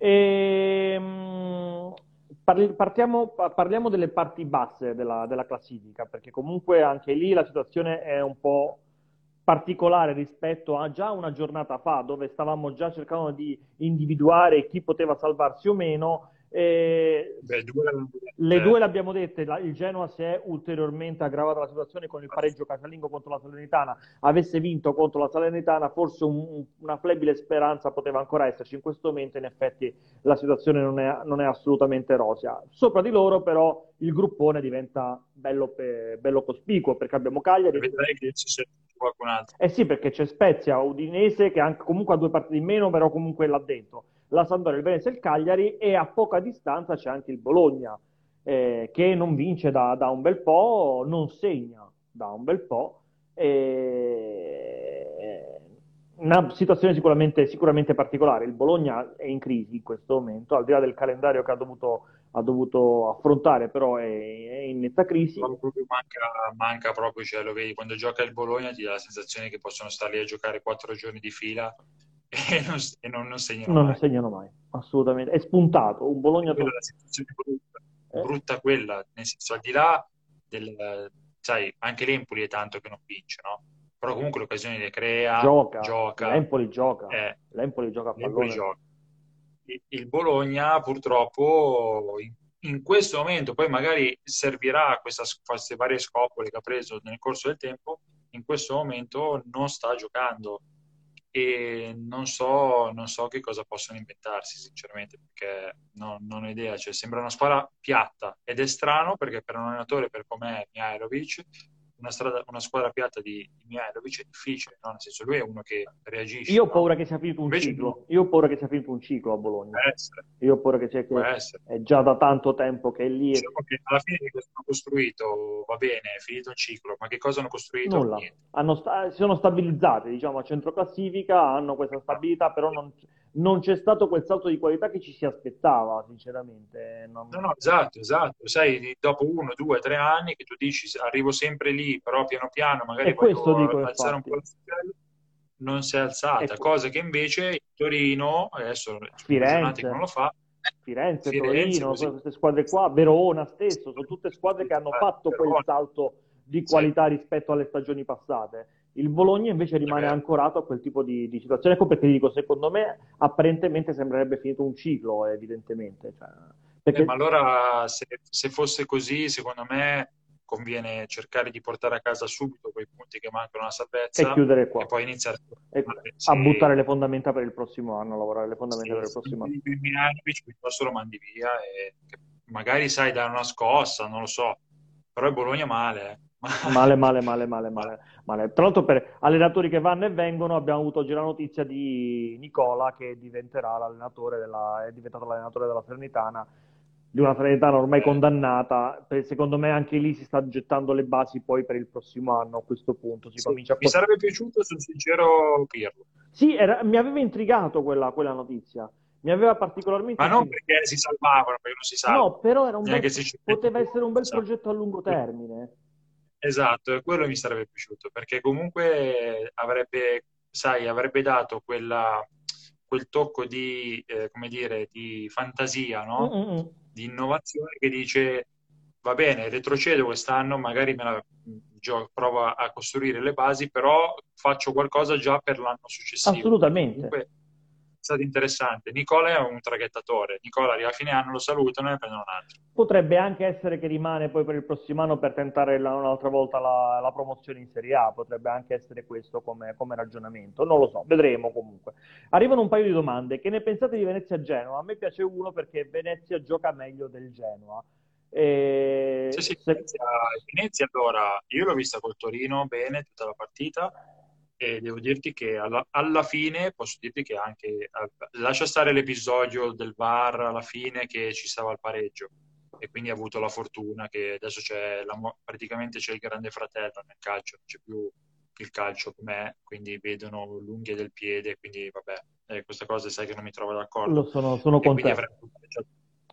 Ehm, parli- partiamo, pa- parliamo delle parti basse della, della classifica, perché comunque anche lì la situazione è un po' particolare rispetto a già una giornata fa, dove stavamo già cercando di individuare chi poteva salvarsi o meno. Eh, Beh, due l'hanno le dette, due le abbiamo dette, la- il Genoa si è ulteriormente aggravata la situazione con il pareggio casalingo contro la Salernitana. Avesse vinto contro la Salernitana, forse un- un- una flebile speranza poteva ancora esserci. In questo momento, in effetti, la situazione non è, non è assolutamente rosea. Sopra di loro, però, il gruppone diventa bello, pe- bello cospicuo perché abbiamo e Cagliari. vedrai che c'è qualcun altro. Eh sì, perché c'è Spezia, Udinese, che anche, comunque ha due partite in meno, però comunque è là dentro. La Sampdoria, il Venezia e il Cagliari, e a poca distanza c'è anche il Bologna, eh, che non vince da, da un bel po', non segna da un bel po'. eh, Una situazione sicuramente, sicuramente particolare. Il Bologna è in crisi in questo momento, al di là del calendario che ha dovuto, ha dovuto affrontare, però è, è in netta crisi. Però proprio manca, manca proprio, cioè lo vedi quando gioca il Bologna ti dà la sensazione che possono stare lì a giocare quattro giorni di fila e non, e non, non segnano Non ne mai. segnano mai, assolutamente. È spuntato, un E Bologna quella è to- la situazione brutta, eh, brutta quella, nel senso al di là del, sai, anche l'Empoli è tanto che non vince, no? Però comunque le occasioni le crea, gioca, gioca, l'Empoli gioca, eh, l'Empoli gioca a l'Empoli pallone. gioca. Il il Bologna purtroppo in, in questo momento, poi magari servirà questa, queste varie scopole che ha preso nel corso del tempo, in questo momento non sta giocando e non so, non so che cosa possono inventarsi sinceramente perché no- non ho idea, cioè, sembra una squadra piatta ed è strano perché per un allenatore per com'è Mihajlovic una, strada- una squadra piatta di, di Mihajlovic è difficile, no? Nel senso lui è uno che Io reagisce, ho no? paura che sia finito un Invece no, ciclo, io ho paura che sia finito un ciclo a può Bologna. essere, Io ho paura che sia può che essere. è già da tanto tempo che è lì e Diciamo che alla fine di questo hanno costruito, va bene, è finito il ciclo, ma che cosa hanno costruito? nulla. Niente. Hanno sta- si sono stabilizzati, diciamo, a centro classifica, hanno questa Ah, stabilità, però non, non c'è stato quel salto di qualità che ci si aspettava, sinceramente. No, Non- no, esatto, esatto. Sai, dopo uno, due, tre anni che tu dici arrivo sempre lì, però piano piano magari E questo voglio dico, alzare un po' infatti. l'asticella, non si è E alzata, que- cosa che invece il Torino, adesso sono due giornate che non lo Firenze, fa, Firenze, Firenze Torino, così, queste squadre qua, Verona stesso, sono tutte squadre che hanno fatto quel Verona, salto di sì, qualità rispetto alle stagioni passate. Il Bologna invece è rimane vero. ancorato a quel tipo di, di situazione. Ecco perché dico, secondo me, apparentemente sembrerebbe finito un ciclo, evidentemente. Cioè, Eh, ma perché allora se, se fosse così, secondo me conviene cercare di portare a casa subito quei punti che mancano alla è salvezza chiudere e qua, poi iniziare a e lavorare. a buttare Sì, le fondamenta per il prossimo anno, a lavorare le fondamenta per sì, il se non prossimo anno. vedi più i Mihajlovic, piuttosto lo mandi via e che magari sai dare una scossa, non lo so, però il Bologna male, eh. Male, male, male, male, Male. male, male. Tra l'altro per allenatori che vanno e vengono abbiamo avuto oggi la notizia di Nicola che diventerà l'allenatore della, è diventato l'allenatore della Salernitana, di una Salernitana ormai Eh, condannata. Per- Secondo me anche lì si sta gettando le basi poi per il prossimo anno, a questo punto si sì. comincia a... Mi co- sarebbe piaciuto, sono sincero, Pirlo, Sì, era- mi aveva intrigato quella, quella notizia, mi aveva particolarmente ma non intrigato. perché si salvavano, perché non si No, salvano, però era un bel, neanche se ci metti poteva tu, essere un non si bel salva. progetto a lungo termine. Esatto, e quello mi sarebbe piaciuto, perché comunque avrebbe, sai, avrebbe dato quella, quel tocco di, eh, come dire, di fantasia, Mm, no? mm, mm. Di innovazione che dice, va bene, retrocedo quest'anno, magari me la, gio- provo a, a costruire le basi, però faccio qualcosa già per l'anno successivo. Quindi Assolutamente. comunque è stato interessante. Nicola è un traghettatore, Nicola arriva a fine anno, lo salutano e ne prendono un altro. Potrebbe anche essere che rimane poi per il prossimo anno per tentare la- un'altra volta la, la promozione in Serie A, potrebbe anche essere questo come, come ragionamento, non lo so, vedremo comunque. Arrivano un paio di domande, che ne pensate di Venezia-Genoa? A me piace uno perché Venezia gioca meglio del Genoa. Sì, E sì, se- Venezia, Venezia, allora, io l'ho vista col Torino bene tutta la partita e devo dirti che alla, alla fine, posso dirti che anche, eh, lascia stare l'episodio del V A R alla fine che ci stava al pareggio e quindi ha avuto la fortuna che adesso c'è la mo- praticamente c'è il grande fratello nel calcio, non c'è più il calcio com'è, quindi vedono l'unghia del piede, quindi vabbè, eh, questa cosa sai che non mi trovo lo d'accordo sono, sono e con quindi te. avrebbe pareggiato.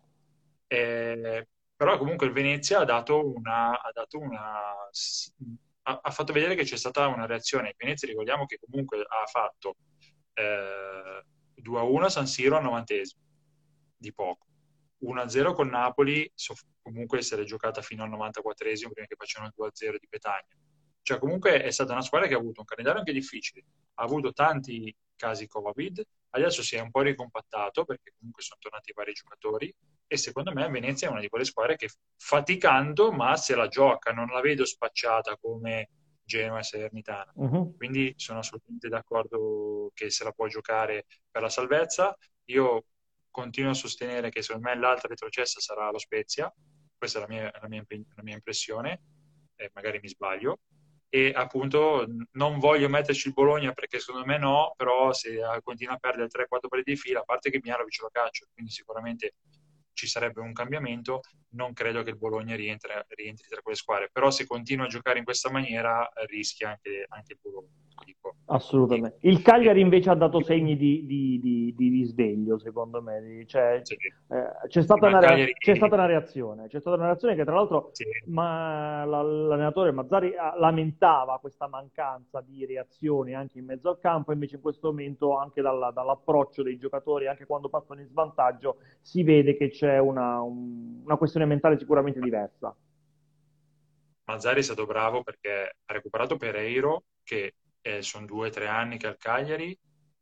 Eh, però comunque il Venezia ha dato una, ha dato una, ha, ha fatto vedere che c'è stata una reazione. Il Venezia ricordiamo che comunque ha fatto eh, due a uno a San Siro al novantesimo, di poco. uno a zero con Napoli, so- comunque essere giocata fino al novantaquattresimo prima che facciano due a zero di Petagna. Cioè comunque è stata una squadra che ha avuto un calendario anche difficile, ha avuto tanti casi Covid, adesso si è un po' ricompattato perché comunque sono tornati vari giocatori e secondo me Venezia è una di quelle squadre che faticando ma se la gioca, non la vedo spacciata come Genoa e Salernitana. Mhm. Quindi sono assolutamente d'accordo che se la può giocare per la salvezza. Io continuo a sostenere che secondo me l'altra retrocessa sarà lo Spezia, questa è la mia, la mia, la mia impressione, e magari mi sbaglio. E appunto non voglio metterci il Bologna perché secondo me no, però se eh, continua a perdere tre quattro partite di fila, a parte che Mialovic lo caccio, quindi sicuramente ci sarebbe un cambiamento, non credo che il Bologna rientri, rientri tra quelle squadre, però se continua a giocare in questa maniera rischia anche, anche il Bologna, dico. dico. Assolutamente. Il Cagliari E, invece ha dato segni di, di- di- di risveglio, secondo me. Di- cioè, sì, eh, c'è sì, stata ma una, rea- Cagliari c'è stata una reazione, c'è stata una reazione che tra l'altro sì, ma, la- l'allenatore Mazzari ah, lamentava questa mancanza di reazioni anche in mezzo al campo, invece in questo momento anche dalla- dall'approccio dei giocatori, anche quando passano in svantaggio, si vede che c'è una, un- una questione mentale sicuramente diversa. Mazzari è stato bravo perché ha recuperato Pereiro, che eh, sono due o tre anni che è al Cagliari,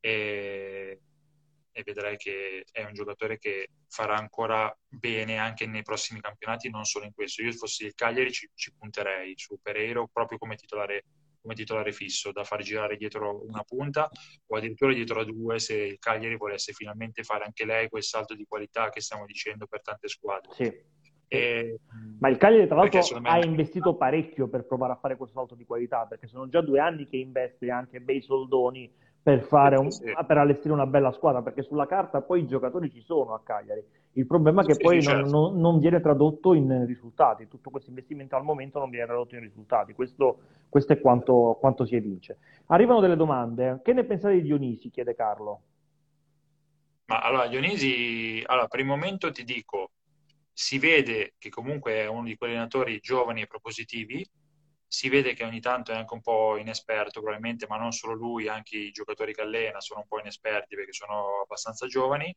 e, e vedrai che è un giocatore che farà ancora bene anche nei prossimi campionati, non solo in questo. Io fossi il Cagliari ci, ci punterei su Pereiro proprio come titolare, come titolare fisso, da far girare dietro una punta o addirittura dietro a due se il Cagliari volesse finalmente fare anche lei quel salto di qualità che stiamo dicendo per tante squadre. Sì. Sì. E, Ma il Cagliari, tra perché l'altro, secondo ha me investito parecchio per provare a fare questo salto di qualità, perché sono già due anni che investe anche bei soldoni per, fare sì, un- sì, per allestire una bella squadra, perché sulla carta poi i giocatori ci sono a Cagliari. Il problema è che sì, sì, poi non, certo. non- non viene tradotto in risultati, tutto questo investimento al momento non viene tradotto in risultati, questo, questo è quanto, quanto si evince. Arrivano delle domande. Che ne pensate di Dionisi? Chiede Carlo. Ma allora, Dionisi, allora, per il momento ti dico, si vede che comunque è uno di quegli allenatori giovani e propositivi, si vede che ogni tanto è anche un po' inesperto probabilmente, ma non solo lui, anche i giocatori che allena sono un po' inesperti perché sono abbastanza giovani,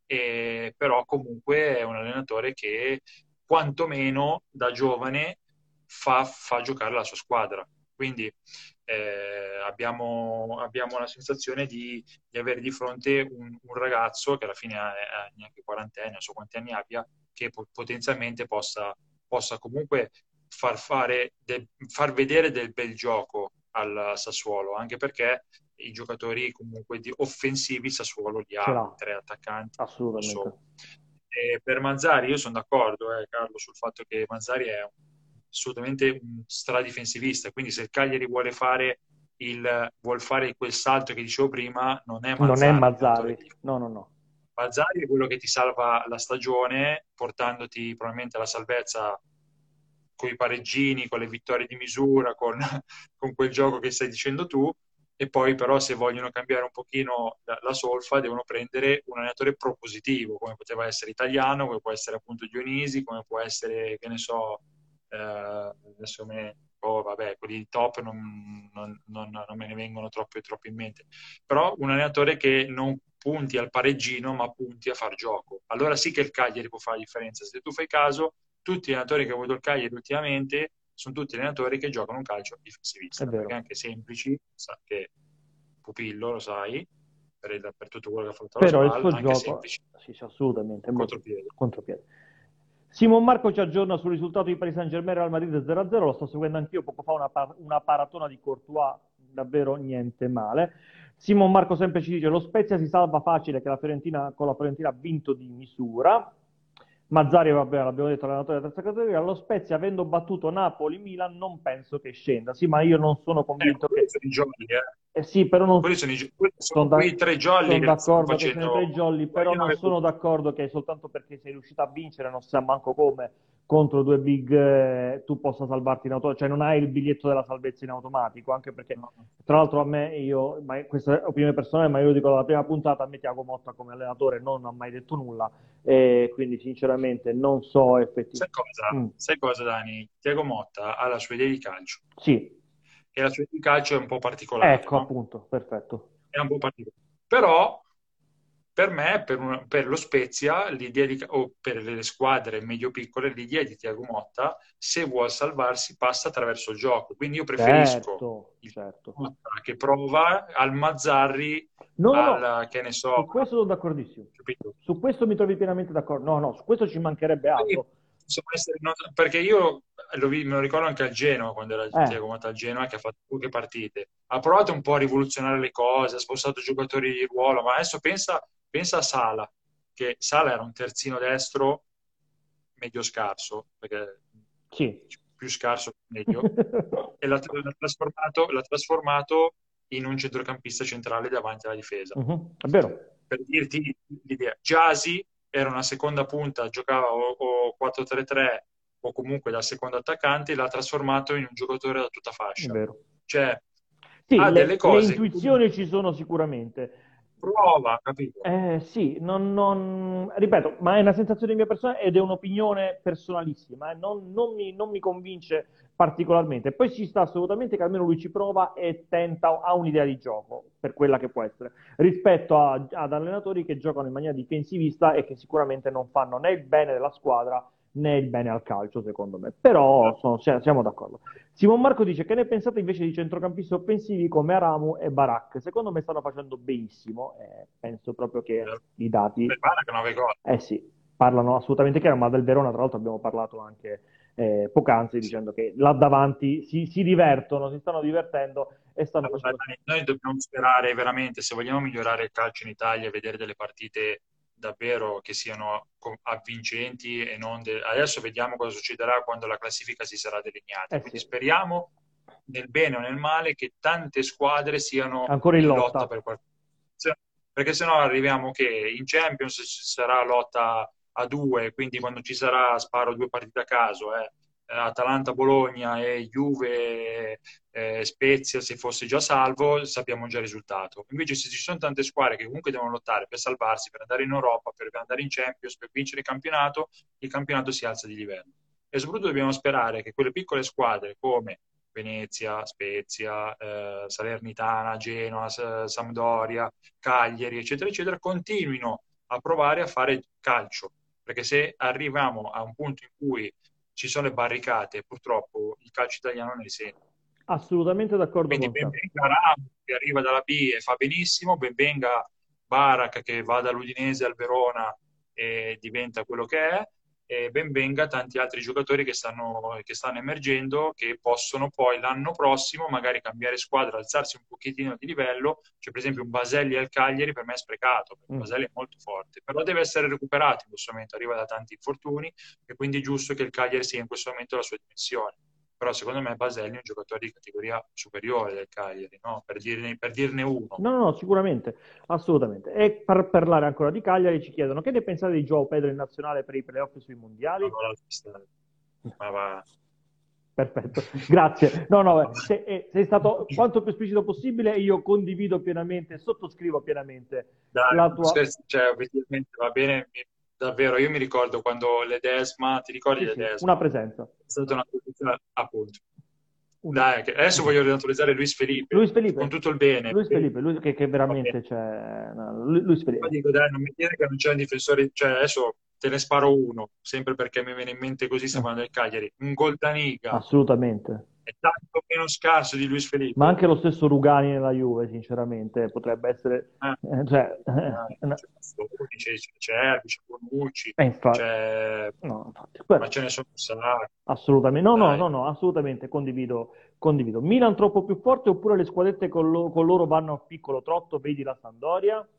e, però comunque è un allenatore che quantomeno da giovane fa, fa giocare la sua squadra. Quindi eh, abbiamo, abbiamo la sensazione di, di avere di fronte un, un ragazzo che alla fine ha, ha neanche quarantenne, non so quanti anni abbia, che po- potenzialmente possa, possa comunque far, fare del, far vedere del bel gioco al Sassuolo, anche perché i giocatori comunque di offensivi Sassuolo li Ce ha, l'ha, tre attaccanti, non assolutamente. so. E per Mazzari io sono d'accordo, eh, Carlo, sul fatto che Mazzari è un- assolutamente un stradifensivista, quindi se il Cagliari vuole fare, il, vuol fare quel salto che dicevo prima, non è Non è Mazzari l'allenatore Mazzarri, che gli fa. no, no, no. Mazzari è quello che ti salva la stagione, portandoti probabilmente alla salvezza con i pareggini, con le vittorie di misura, con, con quel gioco che stai dicendo tu, e poi però se vogliono cambiare un pochino la, la solfa devono prendere un allenatore propositivo, come poteva essere Italiano, come può essere appunto Dionisi, come può essere, che ne so, eh, adesso me, oh, vabbè, quelli di top non, non, non, non me ne vengono troppo, troppo in mente, però un allenatore che non punti al pareggino ma punti a far gioco. Allora sì che il Cagliari può fare la differenza. Se tu fai caso, tutti gli allenatori che ho avuto il Cagliari ultimamente sono tutti allenatori che giocano un calcio È difensivista, perché vero. anche semplici, sa che Pupillo, lo sai, per, il, per tutto quello che ha fatto alla Però il spalla, suo anche gioco, semplici, sì, sì, assolutamente, è molto contropiede. contropiede. Simon Marco ci aggiorna sul risultato di Paris Saint-Germain Real Madrid zero a zero, lo sto seguendo anch'io, poco fa una, par- una paratona di Courtois, davvero niente male. Simon Marco sempre ci dice, lo Spezia si salva facile che la Fiorentina, con la Fiorentina ha vinto di misura. Mazzari, vabbè, l'abbiamo detto, allenatore della terza categoria. Lo Spezia, avendo battuto Napoli-Milan, non penso che scenda. Sì, ma io non sono Ecco, convinto quelli che... sono i jolly, eh. Eh sì, però non Quelli sono, i, quelli sono sono da- quei tre jolly son che stanno d'accordo che sono i tre facendo jolly, però guai non nove sono punti. d'accordo che soltanto perché sei riuscito a vincere, non sa manco come, contro due big, eh, tu possa salvarti in automatico, cioè non hai il biglietto della salvezza in automatico, anche perché, No, no. tra l'altro a me, io, ma questa è opinione personale, ma io lo dico dalla prima puntata, a me Tiago Motta come allenatore non ha mai detto nulla, e quindi sinceramente non so Sai effettivamente. cosa? Mm, Sai cosa, Dani? Tiago Motta ha la sua idea di calcio sì, e la sua idea di calcio è un po' particolare, ecco no? appunto, perfetto. È un po' particolare. Però per me, per, un- per lo Spezia, l'idea di, o per le squadre medio-piccole, l'idea di Tiago Motta, se vuol salvarsi, passa attraverso il gioco. Quindi io preferisco Certo, il certo. Motta che prova al Mazzarri, No, no, no, al, che ne so, su questo sono d'accordissimo. capito? Su questo mi trovi pienamente d'accordo. No, no, su questo ci mancherebbe Quindi, altro. insomma, essere- no, perché io lo vi- me lo ricordo anche al Genoa, quando era Eh, Tiago Motta al Genoa, che ha fatto poche partite. Ha provato un po' a rivoluzionare le cose, ha spostato giocatori di ruolo, ma adesso pensa, pensa a Sala, che Sala era un terzino destro medio scarso, perché sì. più scarso che meglio, e l'ha, l'ha trasformato, l'ha trasformato in un centrocampista centrale davanti alla difesa. Mhm, è vero. Per dirti l'idea, Giasi era una seconda punta, giocava o, o quattro tre tre o comunque da secondo attaccante, l'ha trasformato in un giocatore da tutta È fascia. vero. Cioè, Sì, ha delle le, le cose che intuizioni ci sono sicuramente. prova, capito? Eh, sì, non, non- ripeto, ma è una sensazione mia personale ed è un'opinione personalissima, eh, non, non mi, non mi convince particolarmente. Poi ci sta assolutamente che almeno lui ci prova e tenta, ha un'idea di gioco, per quella che può essere, rispetto a- ad allenatori che giocano in maniera difensivista e che sicuramente non fanno né il bene della squadra né il bene al calcio, secondo me. Però sono- siamo d'accordo. Simon Marco dice che ne pensate invece di centrocampisti offensivi come Aramu e Barak? Secondo me stanno facendo benissimo, eh, penso proprio che i dati, Guarda che nove gol. eh sì, parlano assolutamente chiaro, ma del Verona tra l'altro abbiamo parlato anche eh, poc'anzi Sì. dicendo che là davanti si, si divertono, si stanno divertendo e stanno Allora, facendo... Dani, noi dobbiamo sperare veramente, se vogliamo migliorare il calcio in Italia, e vedere delle partite davvero che siano co- avvincenti e non... de- Adesso vediamo cosa succederà quando la classifica si sarà delineata. Eh Quindi sì, speriamo, nel bene o nel male, che tante squadre siano ancora in in lotta lotta. per qualcosa. Se- Perché sennò arriviamo che in Champions ci sarà lotta a due, quindi quando ci sarà, sparo due partite a caso, eh, Atalanta-Bologna e Juve eh, Spezia, se fosse già salvo, sappiamo già il risultato. Invece se ci sono tante squadre che comunque devono lottare per salvarsi, per andare in Europa, per andare in Champions, per vincere il campionato, il campionato si alza di livello. E soprattutto dobbiamo sperare che quelle piccole squadre come Venezia, Spezia, eh, Salernitana, Genoa, Sampdoria, Cagliari, eccetera, eccetera, continuino a provare a fare calcio, perché se arriviamo a un punto in cui ci sono le barricate, purtroppo il calcio italiano ne risente. Assolutamente d'accordo Quindi con ben te. venga Ramos che arriva dalla B e fa benissimo, ben venga Barak che va dall'Udinese al Verona e diventa quello che è, e ben venga tanti altri giocatori che stanno, che stanno emergendo, che possono poi l'anno prossimo magari cambiare squadra, alzarsi un pochettino di livello. C'è per esempio un Baselli al Cagliari, per me è sprecato, perché Mm. Baselli è molto forte, però deve essere recuperato in questo momento, arriva da tanti infortuni e quindi è giusto che il Cagliari sia in questo momento la sua dimensione. Però secondo me Baselli è un giocatore di categoria superiore del Cagliari, no? Per dirne, per dirne uno. No, no, no, sicuramente, assolutamente. E per parlare ancora di Cagliari ci chiedono che ne pensate di Joao Pedro in nazionale per i playoff sui mondiali? Ma va, ma va. Perfetto, grazie. No, no, sei, eh, sei stato quanto più esplicito possibile e io condivido pienamente, sottoscrivo pienamente Dai, la non tua... scherzi, cioè, obiettivamente va bene, mi- davvero, io mi ricordo quando Ledesma, ti ricordi Sì, sì, una Ledesma? presenza. È stata una cosa, appunto. Una... Dai, che adesso voglio naturalizzare Luis Felipe, Luis con Felipe, tutto il bene. Luis Felipe, lui, che, che Va bene. veramente c'è... No, Lu- Luis Poi Felipe, dico, dai, non mi dire che non c'è un difensore, cioè adesso te ne sparo uno, sempre perché mi viene in mente così, stiamo no, parlando del Cagliari. Un Goltaniga assolutamente. è tanto meno scarso di Luis Ma Felipe. anche lo stesso Rugani nella Juve, sinceramente, potrebbe essere... Eh, eh, cioè, dai, eh, no, c'è Bastoni, c'è c'è Cervi, c'è Bonucci, eh, infa- c'è... no, infatti, ma que- ce ne sono un sacco, assolutamente, no, no, dai. no, no, assolutamente condivido, condivido. Milan troppo più forte oppure le squadrette con, lo- con loro vanno a piccolo trotto, vedi la Sampdoria?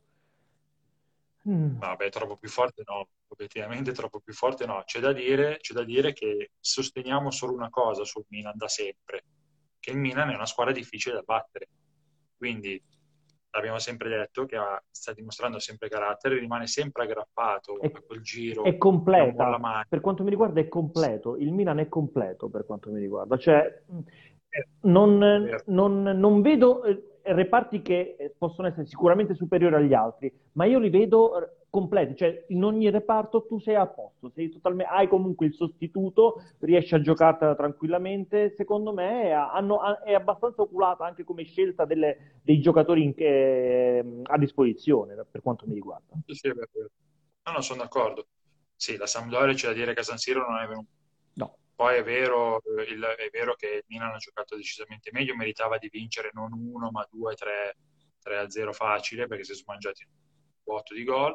Mm. Vabbè, troppo più forte no, obiettivamente troppo più forte no. C'è da dire, c'è da dire che sosteniamo solo una cosa sul Milan da sempre, che il Milan è una squadra difficile da battere. Quindi l'abbiamo sempre detto che ha- sta dimostrando sempre carattere, rimane sempre aggrappato È, a quel è giro e non molla completa, mai. per quanto mi riguarda è completo, il Milan è completo per quanto mi riguarda, cioè mh, È non, vero. non- non vedo eh, reparti che eh, possono essere sicuramente superiori agli altri, ma io li vedo eh, completi, cioè in ogni reparto tu sei a posto, sei totalmente, hai comunque il sostituto, riesci a giocartela tranquillamente, secondo me è, hanno- è abbastanza oculata anche come scelta delle- dei giocatori in- eh, a disposizione per quanto mi riguarda. Sì, sì, è vero. No, no, sono d'accordo. Sì, la Sampdoria c'è da dire che a San Siro non è venuta. No. Poi è vero, eh, il- è vero che il Milan ha giocato decisamente meglio, meritava di vincere non uno, ma due, tre, tre a zero facile, perché si sono mangiati un botto di gol.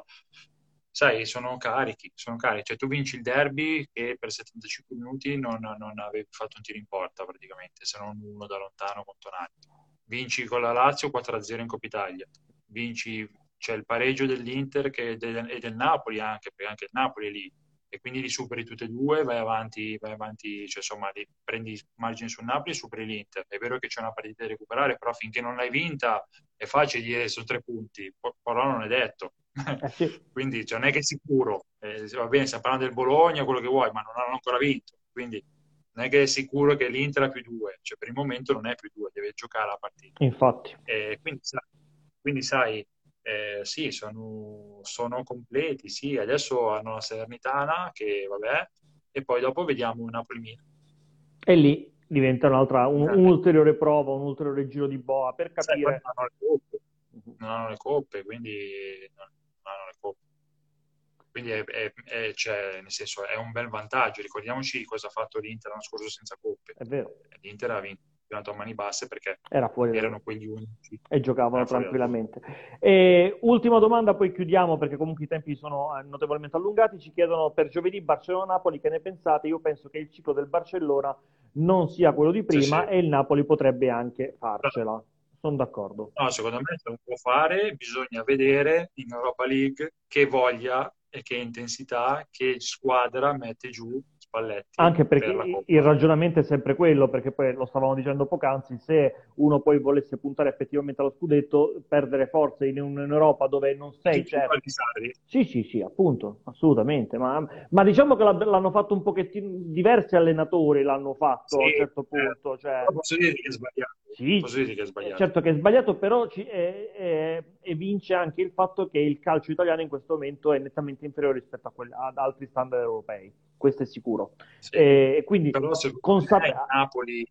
Sai, sono carichi, sono carichi. Cioè, tu vinci il derby e per settantacinque minuti non, non avevi fatto un tiro in porta praticamente, se non uno da lontano con Tonali. Vinci con la Lazio quattro a zero in Coppa Italia. Vinci, c'è il pareggio dell'Inter che- del- e del Napoli anche, perché anche il Napoli è lì e quindi li superi tutte e due, vai avanti, vai avanti, cioè insomma, li prendi margine sul Napoli e superi l'Inter. È vero che c'è una partita da recuperare, però finché non l'hai vinta è facile dire sono tre punti, po- però non è detto. Eh sì, Quindi cioè, non è che è sicuro. Eh, va bene, stiamo parlando del Bologna, quello che vuoi, ma non hanno ancora vinto. Quindi non è che è sicuro che l'Inter ha più due, cioè per il momento non è più due, deve giocare la partita. infatti. Eh, quindi, sai, quindi sai, eh, sì, sono, sono completi, sì, adesso hanno la Salernitana che vabbè, e poi dopo vediamo Napoli-Milan. E lì diventa un'altra, un- Eh, un'ulteriore prova, un ulteriore giro di boa per sai, poi capire. non hanno le coppe, non hanno le coppe, quindi non, non hanno le coppe. Quindi è, è- è- cioè, nel senso, è un bel vantaggio. Ricordiamoci cosa ha fatto l'Inter l'anno scorso senza coppe. È vero, L'Inter ha vinto il campionato a mani basse perché era fuori da- erano quegli unici, e giocavano era fuori dal turno. tranquillamente. E ultima domanda, poi chiudiamo perché comunque i tempi sono eh, notevolmente allungati. Ci chiedono per giovedì Barcellona-Napoli che ne pensate? Io penso che il ciclo del Barcellona non sia quello di Sì, prima sì. e il Napoli potrebbe anche farcela. Sono d'accordo. No, secondo me se lo può fare, bisogna vedere in Europa League che voglia e che intensità, che squadra mette giù Spalletti Anche perché per la il Coppa. ragionamento è sempre quello, perché poi lo stavamo dicendo poc'anzi, se uno poi volesse puntare effettivamente allo scudetto, perdere forze in, un- in Europa dove non E sei tu certo. di Sarri? Sì, sì, sì, appunto, assolutamente, ma, ma diciamo che l'ab- l'hanno fatto un pochettino, diversi allenatori l'hanno fatto a Sì, un certo certo. punto, cioè, Però posso dire che è sbagliato. sì, Posso dire che è eh, sbagliato. certo che è sbagliato, però ci- eh, eh, e vince anche il fatto che il calcio italiano in questo momento è nettamente inferiore rispetto a quelli- ad altri standard europei, questo è sicuro. Sì. E, e quindi Però secondo me consap- il Napoli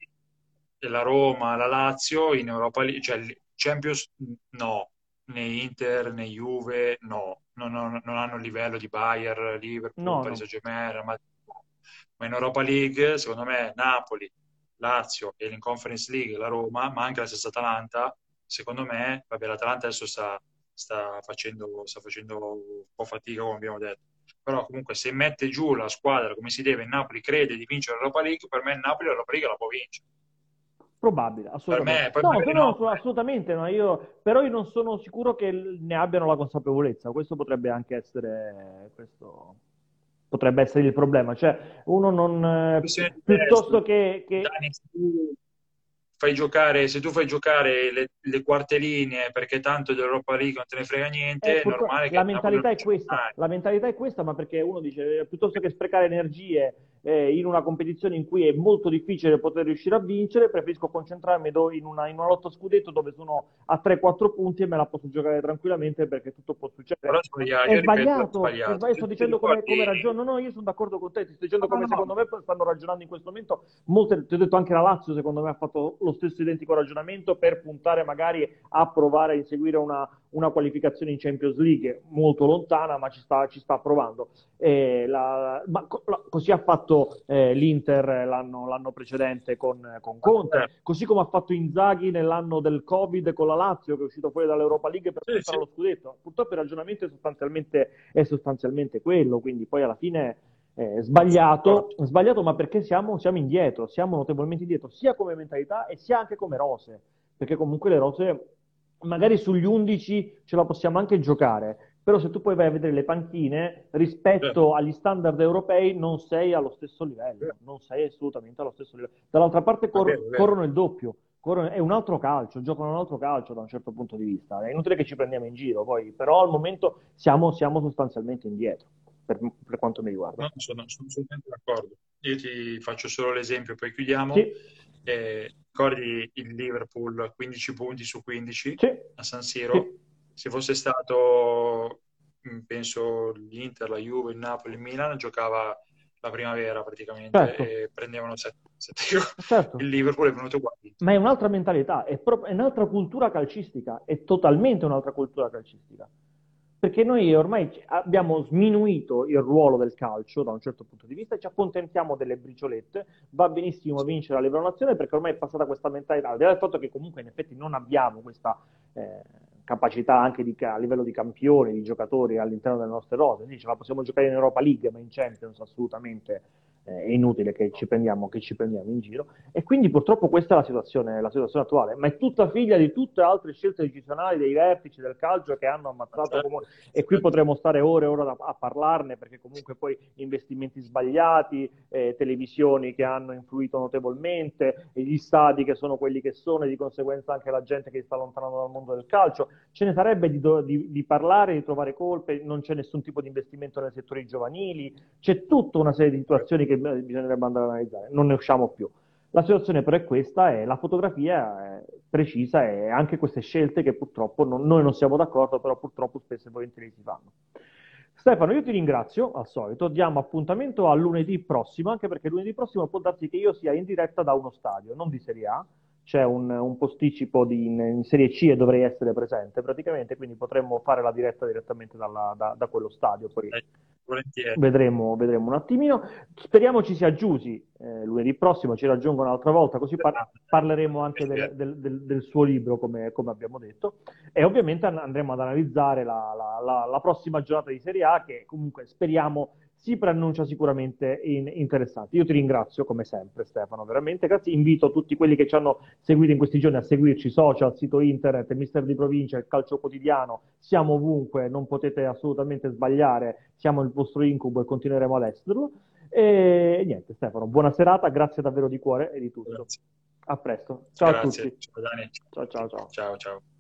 e la Roma, la Lazio in Europa League, cioè il Champions no, né Inter né Juve no, non, non- non hanno il livello di Bayern, Liverpool, no, Paris no, Saint-Germain, Real Madrid, no. Ma in Europa League secondo me Napoli, Lazio e in Conference League la Roma, ma anche la stessa Atalanta, secondo me, vabbè l'Atalanta adesso sta, sta facendo, sta facendo un po' fatica come abbiamo detto, però comunque se mette giù la squadra come si deve, il Napoli crede di vincere l'Europa League, per me il Napoli l'Europa League la può vincere. probabile, Per assolutamente. me, poi No, magari no, no, no, eh. assolutamente no, io, però io non sono sicuro che l- ne abbiano la consapevolezza, questo potrebbe anche essere, questo potrebbe essere il problema, cioè uno non, eh, Questione di testa. piuttosto che, che Dani, se tu fai giocare, se tu fai giocare le, le quarte linee perché tanto dell'Europa League non te ne frega Eh, niente, è purtroppo, normale che la il Napoli non mentalità è vince questa, mai. la mentalità è questa, ma perché uno dice, eh, piuttosto che sprecare energie eh, in una competizione in cui è molto difficile poter riuscire a vincere, preferisco concentrarmi do- in una, in una lotta a scudetto dove sono a tre quattro punti e me la posso giocare tranquillamente perché tutto può Però succedere. sbaglia- È io ripeto, è sbagliato, è sbagliato. sbagliato, Se sto tu ti dicendo come, come ricordi, ragione, no, no, io sono d'accordo con te, ti sto dicendo no, come no, no, secondo me stanno ragionando in questo momento, molte, ti ho detto anche la Lazio secondo me ha fatto lo stesso identico ragionamento per puntare magari a provare a inseguire una, una qualificazione in Champions League molto lontana, ma ci sta, ci sta provando. Eh, la, ma co- la- così ha fatto eh, l'Inter l'anno, l'anno precedente con, con ma certo. Conte, così come ha fatto Inzaghi nell'anno del Covid con la Lazio, che è uscito fuori dall'Europa League per Sì, puntare sì, allo scudetto. Purtroppo il ragionamento è sostanzialmente, è sostanzialmente quello, quindi poi alla fine eh, sono sbagliato, d'accordo. sbagliato, ma perché siamo, siamo indietro, siamo notevolmente indietro, sia come mentalità e sia anche come rose, perché comunque le rose magari sugli undici ce la possiamo anche giocare, però se tu poi vai a vedere le panchine, Certo, rispetto agli standard europei non sei allo stesso livello, non sei assolutamente allo stesso livello. Dall'altra parte è vero, cor- è vero. corrono il doppio, corrono- è un altro calcio, giocano un altro calcio da un certo punto di vista. È inutile che ci prendiamo in giro, poi, però al momento siamo, siamo sostanzialmente indietro, per, per quanto mi riguarda. No, sono, sono assolutamente d'accordo. Io ti faccio solo l'esempio, poi chiudiamo. Sì, Eh, ricordi il Liverpool quindici punti su quindici sì, a San Siro? sì, Se fosse stato, mh, penso, l'Inter, la Juve, il Napoli, il Milan, giocava la primavera praticamente certo, e prendevano sette gol. Il certo. Liverpool è venuto qua. Ma è un'altra mentalità, è, pro- è un'altra cultura calcistica, è totalmente un'altra cultura calcistica. Perché noi ormai ci- abbiamo sminuito il ruolo del calcio da un certo punto di vista e ci accontentiamo delle briciolette, va benissimo Sì, vincere a livello nazionale perché ormai è passata questa mentalità, al di là del fatto che comunque in effetti non abbiamo questa eh, capacità anche di, ca- a livello di campioni, di giocatori all'interno delle nostre rose, sì, ce la possiamo giocare in Europa League, ma in Champions assolutamente eh, è inutile che ci, prendiamo, che ci prendiamo in giro. E quindi purtroppo questa è la situazione, la situazione attuale, ma è tutta figlia di tutte le altre scelte decisionali dei vertici del calcio che hanno ma ammazzato come... certo, E qui certo. potremo stare ore e ore a, a parlarne perché comunque poi investimenti sbagliati, eh, televisioni che hanno influito notevolmente, e gli stadi che sono quelli che sono e di conseguenza anche la gente che si sta allontanando dal mondo del calcio. Ce ne sarebbe di, do, di, di parlare, di trovare colpe, non c'è nessun tipo di investimento nei settori giovanili, c'è tutta una serie di situazioni che bisognerebbe andare ad analizzare, non ne usciamo più. La situazione però è questa, e la fotografia è precisa e anche queste scelte che purtroppo non, noi non siamo d'accordo, però purtroppo spesso e volentieri si fanno. Stefano, io ti ringrazio, al solito, diamo appuntamento a lunedì prossimo, anche perché lunedì prossimo può darsi che io sia in diretta da uno stadio, non di Serie A, c'è un, un posticipo di, in, in, Serie C e dovrei essere presente praticamente, quindi potremmo fare la diretta direttamente dalla, da, da quello stadio, poi Eh, volentieri. vedremo, vedremo un attimino. Speriamo ci sia Giusy eh, lunedì prossimo, ci raggiunga un'altra volta, così par- parleremo anche del, del, del, del, suo libro, come, come, abbiamo detto, e ovviamente andremo ad analizzare la, la, la, la prossima giornata di Serie A, che comunque speriamo si preannuncia sicuramente in, interessante. Io ti ringrazio come sempre Stefano, veramente grazie, invito tutti quelli che ci hanno seguito in questi giorni a seguirci social, sito internet, il Mister di Provincia, il Calcio Quotidiano, siamo ovunque, non potete assolutamente sbagliare, siamo il vostro incubo e continueremo all'estero. E niente Stefano, buona serata, grazie davvero di cuore e di tutto. Grazie. A presto, ciao a Grazie. tutti. Ciao Dani. Ciao a Ciao ciao tutti. ciao. Ciao ciao.